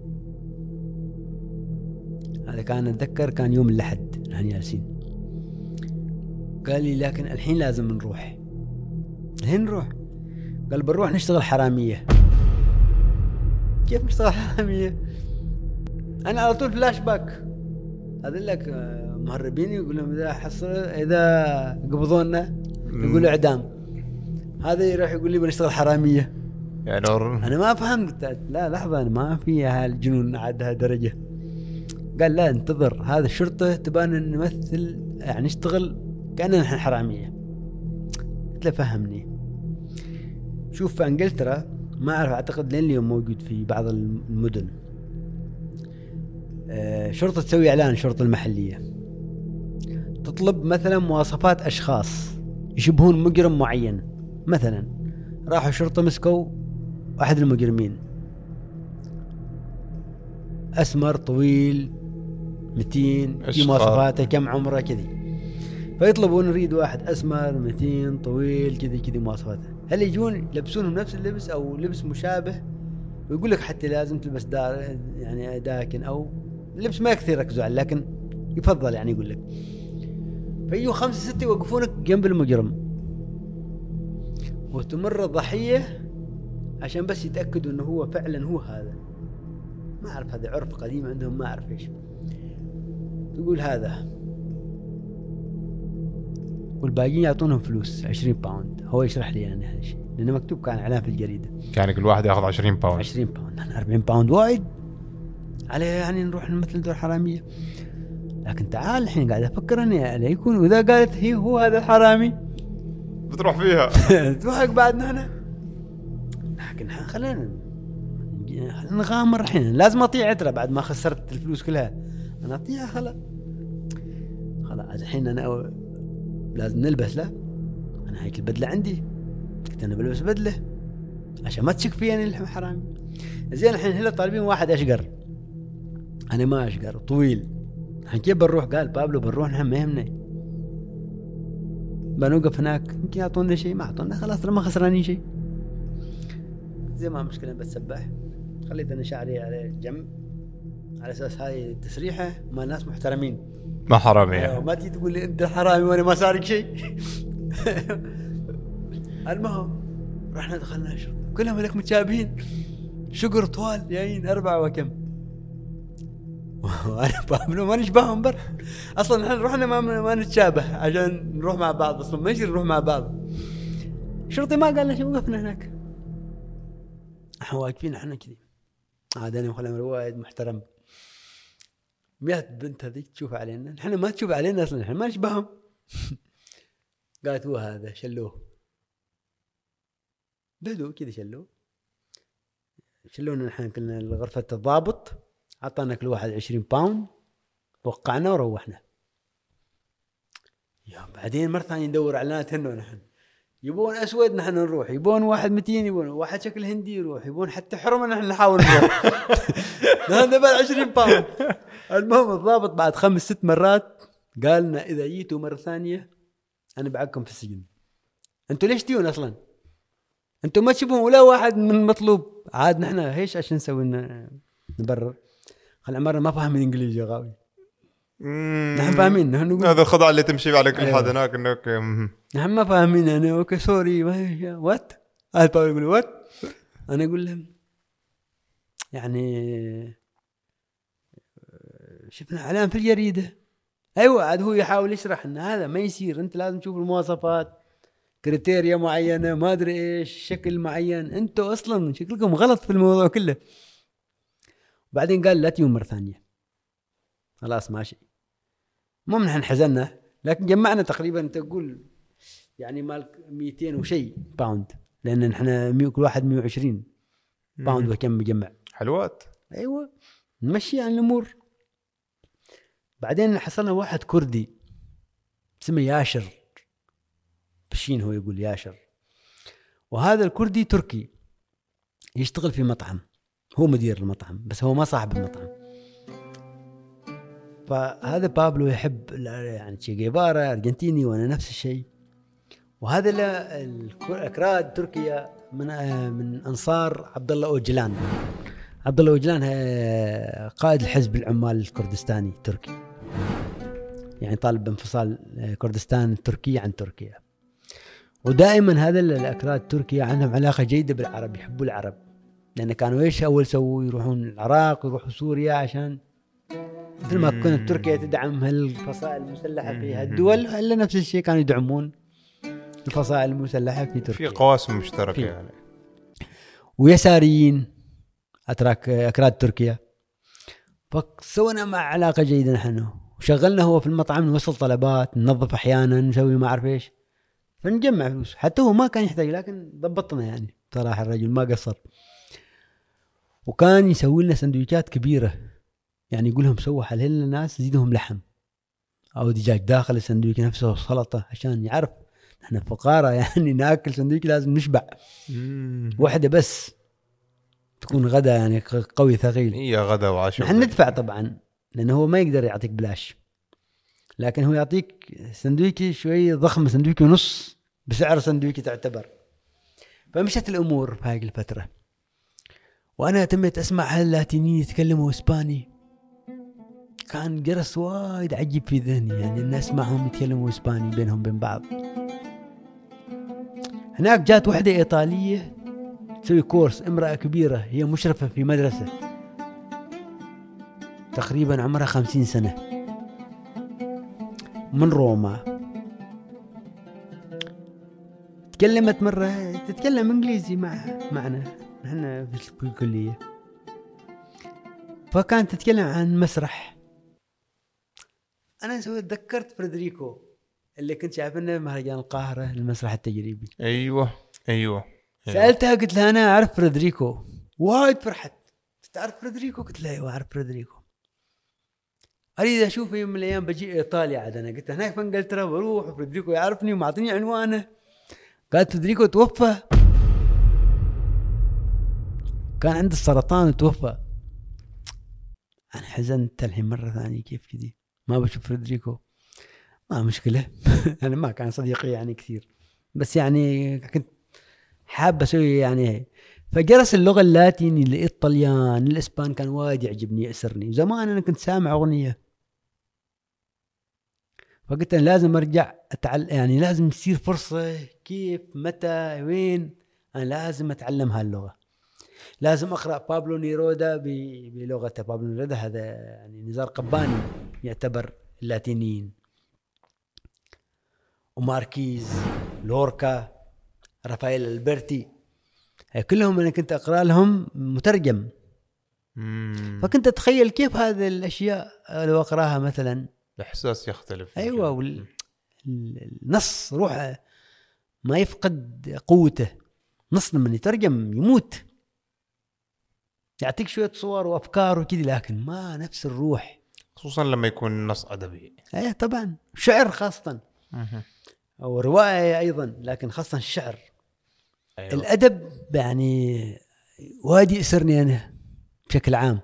هذا كان اتذكر كان يوم الاحد نحن جالسين. قال لي لكن الحين لازم نروح. الحين نروح؟ قال بنروح نشتغل حرامية. كيف نشتغل حرامية؟ أنا على طول فلاش باك. هذا لك مهربين يقول لهم إذا حصل إذا قبضونا يقولوا إعدام. هذا يروح يقول لي بنشتغل حرامية. يعني أنا ما فهمت. لا لحظة أنا ما في هالجنون عادها درجة. قال لا انتظر هذا الشرطة تبان نمثل يعني نشتغل كأننا نحن حرامية. قلت له فهمني. شوف في انجلترا ما اعرف اعتقد لين اليوم موجود في بعض المدن آه شرطة تسوي اعلان شرطة المحلية تطلب مثلا مواصفات اشخاص يشبهون مجرم معين. مثلا راحوا شرطة مسكوا احد المجرمين اسمر طويل متين في مواصفاته كم عمره كذي، فيطلبون نريد واحد اسمر متين طويل كذي كذي مواصفاته. هل يجون يلبسونهم نفس اللبس او لبس مشابه ويقول لك حتى لازم تلبس دار يعني داكن او اللبس ما كثير ركزوا عليه لكن يفضل يعني يقول لك. فيجوا خمسة ستة يوقفونك جنب المجرم وتمر الضحية عشان بس يتأكدوا انه هو فعلا هو هذا. ما اعرف هذا عرف قديم عندهم ما اعرف ايش. تقول هذا والباقيين يعطونهم فلوس عشرين باوند. هو يشرح لي يعني هذا الشيء لأنه مكتوب كان إعلان في الجريدة. كان كل واحد يأخذ عشرين باوند. عشرين باوند أنا أربعين باوند وايد عليه يعني نروح نمثل دور حرامية. لكن تعال الحين قاعد أفكر أني ألا يكون وإذا قالت هي هو هذا الحرامي بتروح فيها تروحك بعد نحن. لكن خلينا نغامر الحين. لازم أطيع عترة بعد ما خسرت الفلوس كلها أنا أطيع. خلاص خلاص الحين أنا لازم نلبس. لا أنا هيك البدلة عندي كنت أنا بلبس بدلة عشان ما تشك فيني الحين حرامي. زين الحين هلا طالبين واحد أشقر أنا ما أشقر طويل. الحين كيف بنروح؟ قال بابلو بنروح نحن ما يهمنا بنوقف هناك يمكن يعطونا شيء ما أعطونا خلاص ما خسرانين شيء. زي ما مشكلة بتسبح خليت أنا شعري على جنب على أساس هاي التسريحة ما ناس محترمين ما حرامي يعني. ما تيجي تقول لي أنت حرامي وأنا ما صارك شيء. المهم رحنا دخلنا شرب كلهم لك متشابهين شقر طوال جايين أربعة وكم وأنا بابلو ما نشبههم بر أصلا نحن رحنا ما ما نتشابه عشان نروح مع بعض أصلا ما يصير نروح مع بعض. شرطي ما قال لنا شيء وقفنا هناك احنا واقفين احنا كذي عادنا وخلنا وايد محترم. ميت بنت هذيك تشوف علينا نحن ما تشوف علينا اصلا نحن ما نشبههم. قالت هو هذا شلوه بدو كذا شلوه شلونا نحن كنا لغرفة الضابط عطانا كل واحد عشرين باوند وقعنا وروحنا. يا بعدين مرة ثانية ندور اعلانات هنا نحن يبون اسود نحن نروح يبون واحد متين يبون واحد شكل هندي يروح يبون حتى حرمة نحن نحاول نروح. هذا بعد عشرين باوند. المهم الضابط بعد خمس ست مرات قالنا اذا جيتوا مرة ثانية انا بعقكم في السجن. انتوا ليش تيون اصلا؟ انتوا ما تشوفون ولا واحد من مطلوب. عاد نحن هيش عشان نسوي نبرر. خل عمرنا ما فاهم الانجليزي غاوي نحن فاهمين نحن نقول هذا الخدعة اللي تمشي على كل أيوة. حد هناك انك نحن ما فاهمين. انا اوكي سوري وات هذا باول يقول وات، انا اقول لهم يعني شفنا اعلان في الجريده. ايوه عاد هو يحاول يشرح ان هذا ما يصير، انت لازم تشوف المواصفات كريتيريا معينه ما ادري ايش شكل معين، انتوا اصلا شكلكم غلط في الموضوع كله. وبعدين قال لا تيوم مره ثانيه، خلاص ماشي. مو نحن حزننا لكن جمعنا تقريبا تقول يعني مال مئتين وشيء باوند، لان نحن كل واحد مئة وعشرين باوند وكم بجمع. حلوات. ايوه نمشي عن الامور. بعدين حصلنا واحد كردي اسمه ياشر بشين، هو يقول ياشر، وهذا الكردي تركي يشتغل في مطعم، هو مدير المطعم بس هو ما صاحب المطعم. فهذا بابلو يحب يعني تشي جيفارا أرجنتيني وانا نفس الشيء. وهذا الأكراد تركيا من من انصار عبد الله اوجلان. عبد الله اوجلان قائد الحزب العمال الكردستاني التركي، يعني طالب بانفصال كردستان التركي عن تركيا. ودائما هذا الأكراد تركيا عندهم علاقة جيدة بالعرب، يحبوا العرب، لأن كانوا إيش أول سووا يروحون العراق ويروحوا سوريا عشان مثل ما كانت تركيا تدعم هالفصائل المسلحة في هالدول، إلا نفس الشيء كانوا يدعمون الفصائل المسلحة في تركيا. في قواسم مشتركة يعني. ويساريين أتراك أكراد تركيا، فسوينا مع علاقة جيدة نحن، وشغلنا هو في المطعم نوصل طلبات، ننظف أحيانا، نسوي ما أعرف إيش، فنجمع فلوس. حتى هو ما كان يحتاج لكن ضبطنا يعني صراحة، الرجل ما قصر. وكان يسوي لنا سندويشات كبيرة، يعني يقول لهم سووا حلل للناس زيدهم لحم أو دجاج داخل السندويش نفسه وسلطة، عشان يعرف نحن فقارة يعني ناكل سندويش لازم نشبع. واحدة بس تكون غدا يعني قوي ثقيل. هي غدا وعشاء. نحن ندفع طبعا لأنه هو ما يقدر يعطيك بلاش، لكن هو يعطيك سندويكي شوي ضخم، سندويكي ونص بسعر سندويكي تعتبر. فمشت الأمور في هذه الفترة، وأنا تمت أسمع هاللاتينيين يتكلموا إسباني، كان جرس وايد عجيب في ذهني، يعني الناس معهم يتكلموا إسباني بينهم بين بعض. هناك جات وحدة إيطالية تسوي كورس، امرأة كبيرة هي مشرفة في مدرسة تقريبا عمرها خمسين سنة من روما. تكلمت مرة تتكلم إنجليزي مع معنا نحن في الكلية، فكانت تتكلم عن مسرح. أنا سويت ذكرت فريدريكو اللي كنت شايفنه مهرجان القاهرة المسرح التجريبي. أيوة أيوة, أيوة. سألتها قلت لها أنا أعرف فريدريكو، وايد فرحت. تعرف فريدريكو؟ قلت لها أيوة أعرف فريدريكو، أريد أشوف يوم من الأيام بجي إيطاليا عاد. أنا قلت هناك في إنجلترا بروح وفريدريكو يعرفني ومعطيني عنوانه. قالت فريدريكو توفى، كان عنده السرطان وتوفى. أنا حزنت الحين مرة ثانية، كيف كذي ما بشوف فريدريكو؟ ما مشكلة أنا ما كان صديقي يعني كثير، بس يعني كنت حاب أسوي يعني. فجرس اللغة اللاتيني الإيطاليان الإسبان كان وايد يعجبني يأسرني. زمان أنا كنت سامع أغنية، فقلت أنا لازم أرجع أتعلم، يعني لازم يصير فرصة، كيف متى وين، أنا لازم أتعلم هاللغة. لازم أقرأ بابلو نيرودا بلغته. بابلو نيرودا هذا يعني نزار قباني يعتبر اللاتينيين، وماركيز، لوركا، رافائيل البرتي، كلهم أنا كنت أقرأ لهم مترجم. مم. فكنت أتخيل كيف هذه الأشياء لو أقرأها مثلا الإحساس يختلف. أيوة، والنص روحه ما يفقد قوته. نص من يترجم يموت، يعطيك شوية صور وأفكار وكذي، لكن ما نفس الروح، خصوصا لما يكون نص أدبي. أيه طبعا، شعر خاصة أو رواية أيضا، لكن خاصة الشعر. أيوة. الأدب يعني وايد يأسرني أنا بشكل عام.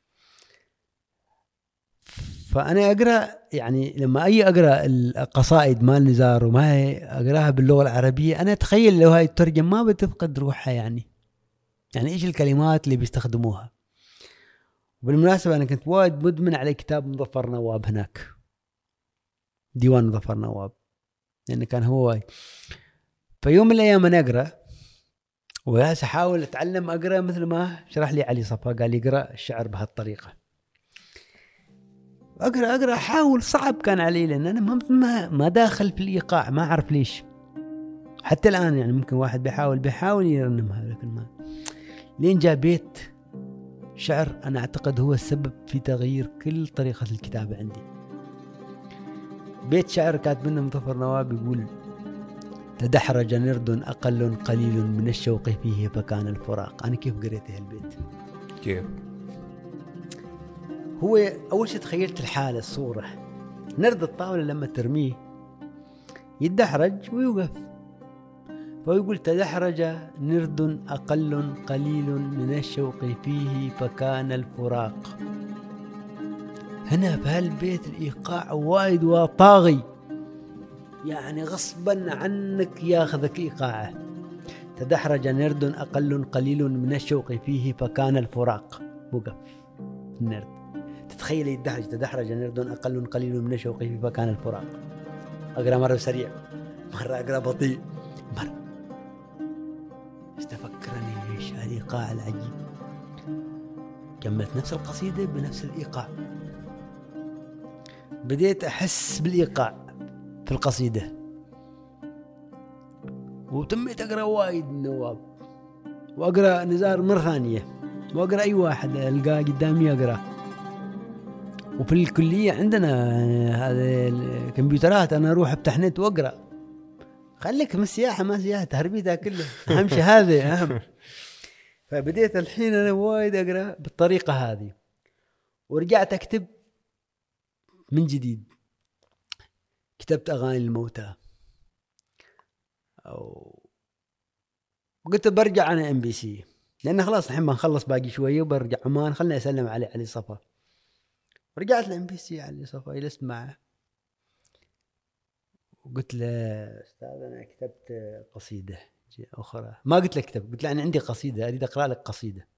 فأنا أقرأ يعني لما أي أقرأ القصائد مال نزار وما هي أقرأها باللغة العربية، أنا أتخيل لو هاي تترجم ما بتفقد روحها، يعني يعني إيش الكلمات اللي بيستخدموها. وبالمناسبة أنا كنت وايد مدمن على كتاب مظفر نواب هناك، ديوان مظفر نواب، لأنه كان هو وايد. فيوم من الأيام أنا أقرأ وياس أحاول أتعلم أقرأ مثل ما شرح لي علي صفا، قال لي اقرأ الشعر بهالطريقة. أقرأ أقرأ أحاول، صعب كان علي لأن أنا ما ما داخل في الإيقاع، ما أعرف ليش. حتى الآن يعني ممكن واحد بيحاول بيحاول يرنمها لكن ما. لين جاء بيت شعر أنا أعتقد هو السبب في تغيير كل طريقة الكتابة عندي. بيت شعر كاتب منه مظفر نواب يقول: تدحرج نرد أقل قليل من الشوق فيه فكان الفراق. أنا كيف قريت هالبيت؟ كيف؟ هو أول شيء تخيلت الحالة، الصورة، نرد الطاولة لما ترميه يتدحرج ويوقف، فيقول تدحرج نرد أقل قليل من الشوق فيه فكان الفراق. هنا في هالبيت الإيقاع وايد وطاغي، يعني غصبا عنك ياخذك إيقاعه. تدحرج نرد أقل قليل من الشوق فيه فكان الفراق، وقف النرد. تتخيل يدحرج تدحرج نرد أقل قليل من الشوق فيه فكان الفراق. أقرأ مرة سريع، مرة أقرأ بطيء، مرة استفكرني ايش هالإيقاع العجيب. كملت نفس القصيدة بنفس الإيقاع، بديت أحس بالإيقاع في القصيدة، وتميت أقرأ وايد نواب، وأقرأ نزار مرة ثانية، وأقرأ أي واحد ألقاه قدامي أقرأ. وفي الكلية عندنا هذه الكمبيوترات، أنا أروح أفتح نت وأقرأ. خليك من السياحة ما سياحة تهربيتها كلها، أهم شيء هذا أهم. فبديت الحين أنا وايد أقرأ بالطريقة هذه، ورجعت أكتب من جديد. كتبت أغاني الموتى، أو قلت برجع أنا إم بي سي، لأن خلاص الحين بنخلص باقي شوية وبرجع عمان، خلنا أسلم علي علي صفا. رجعت لإم بي سي علي صفا جلست معه وقلت له أستاذ أنا كتبت قصيدة أخرى. ما قلت له كتب، قلت له أنا عندي قصيدة أريد أقرأ لك قصيدة.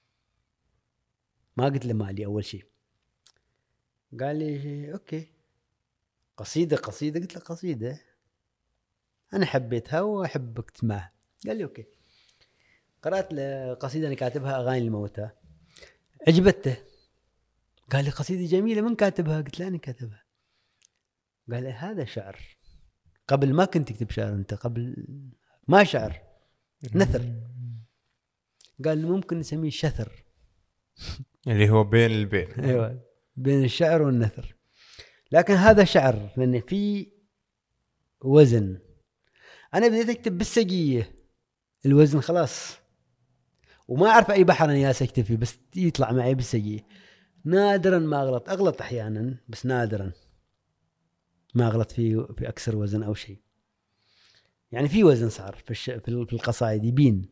ما قلت له مالي أول شيء. قال لي أوكي قصيدة قصيدة. قلت له قصيدة أنا حبيتها وأحبك تسمعها. قال لي أوكي. قرأت له قصيدة أنا كاتبها أغاني الموتى، عجبته. قال لي قصيدة جميلة، من كاتبها؟ قلت له أنا كاتبها. قال لي هذا شعر، قبل ما كنت تكتب شعر أنت، قبل ما شعر، نثر. قال لي ممكن نسميه شثر، اللي هو بين البين. أيوة بين الشعر والنثر، لكن هذا شعر لأن في وزن. أنا بديت أكتب بالسجية، الوزن خلاص، وما أعرف أي بحر أنا جالس أكتب فيه، بس يطلع معي بالسجية. نادرا ما أغلط، أغلط أحيانا بس نادرا ما أغلط في في أكثر وزن أو شيء. يعني في وزن صار في الش... في القصائد يبين.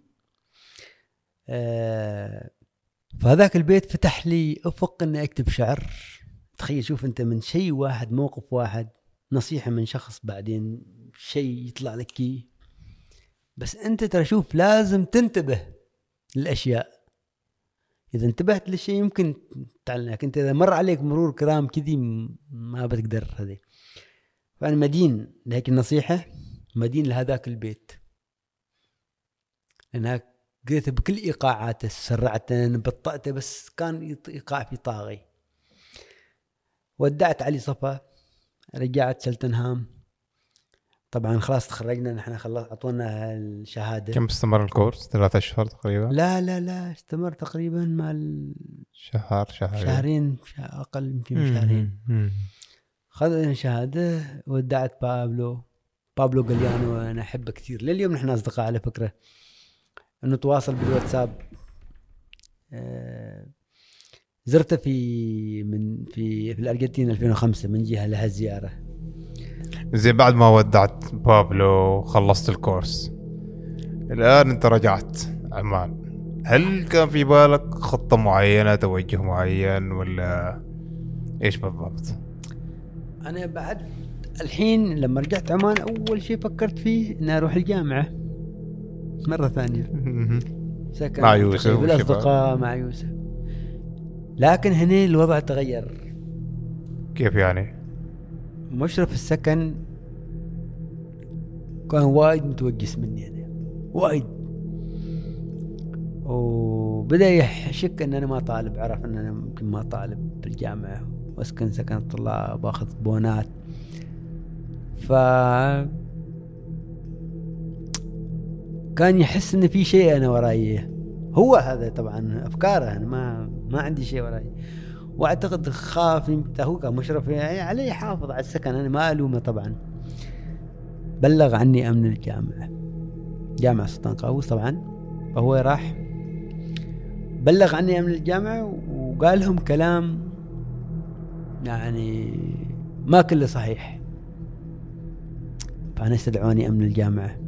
آه... فهذاك البيت فتح لي أفق إني أكتب شعر. تخيل، شوف أنت من شيء واحد، موقف واحد، نصيحة من شخص، بعدين شيء يطلع لك كي. بس أنت ترى شوف لازم تنتبه للأشياء. إذا انتبهت للشيء يمكن تعلمك. أنت إذا مر عليك مرور كرام كذي ما بتقدر هذه. فأنا مدين لهيك النصيحة، مدين لهذاك البيت، لأنها قريت بكل إيقاعاته، سرعته بطأته، بس كان إيقاع في طاغي. ودعت علي صفا، رجعت سلتنهام. طبعا خلاص تخرجنا نحن، خلاص أعطونا الشهادة. كم استمر الكورس؟ ثلاثة أشهر تقريبا؟ لا لا لا استمر تقريبا مع شهر شهرين شهرين أقل يمكن شهرين. خذنا شهادة. ودعت بابلو بابلو غاليانو، أنا أحبه كثير لليوم، نحن أصدقاء على فكرة، إنه تواصل بالواتساب. آه زرته في من في في الأرجنتين ألفين وخمسة من جهة لها زيارة. زي بعد ما ودعت بابلو خلصت الكورس، الآن أنت رجعت عمان، هل كان في بالك خطة معينة، توجه معين، ولا إيش بالضبط؟ أنا بعد الحين لما رجعت عمان أول شيء فكرت فيه إن أروح الجامعة مرة ثانية. مع يوسف بالأصدقاء مع يوسف. لكن هنا الوضع تغير. كيف يعني؟ مشرف السكن كان وايد متوجس مني أنا وايد، وبدأ يشك أن أنا ما طالب. عرف أن أنا ممكن ما طالب بالجامعة وأسكن سكن الطلاب وأخذ بونات. ف كان يحس أن في شيء أنا ورايه. هو هذا طبعا أفكاره، أنا ما ما عندي شيء وراي. واعتقد خاف هو كان مشرف يعني عليه يحافظ على السكن، انا ما الومه طبعا. بلغ عني امن الجامعه، جامعه سلطان قابوس طبعا. فهو راح بلغ عني امن الجامعه وقال لهم كلام يعني ما كله صحيح. فانا استدعوني امن الجامعه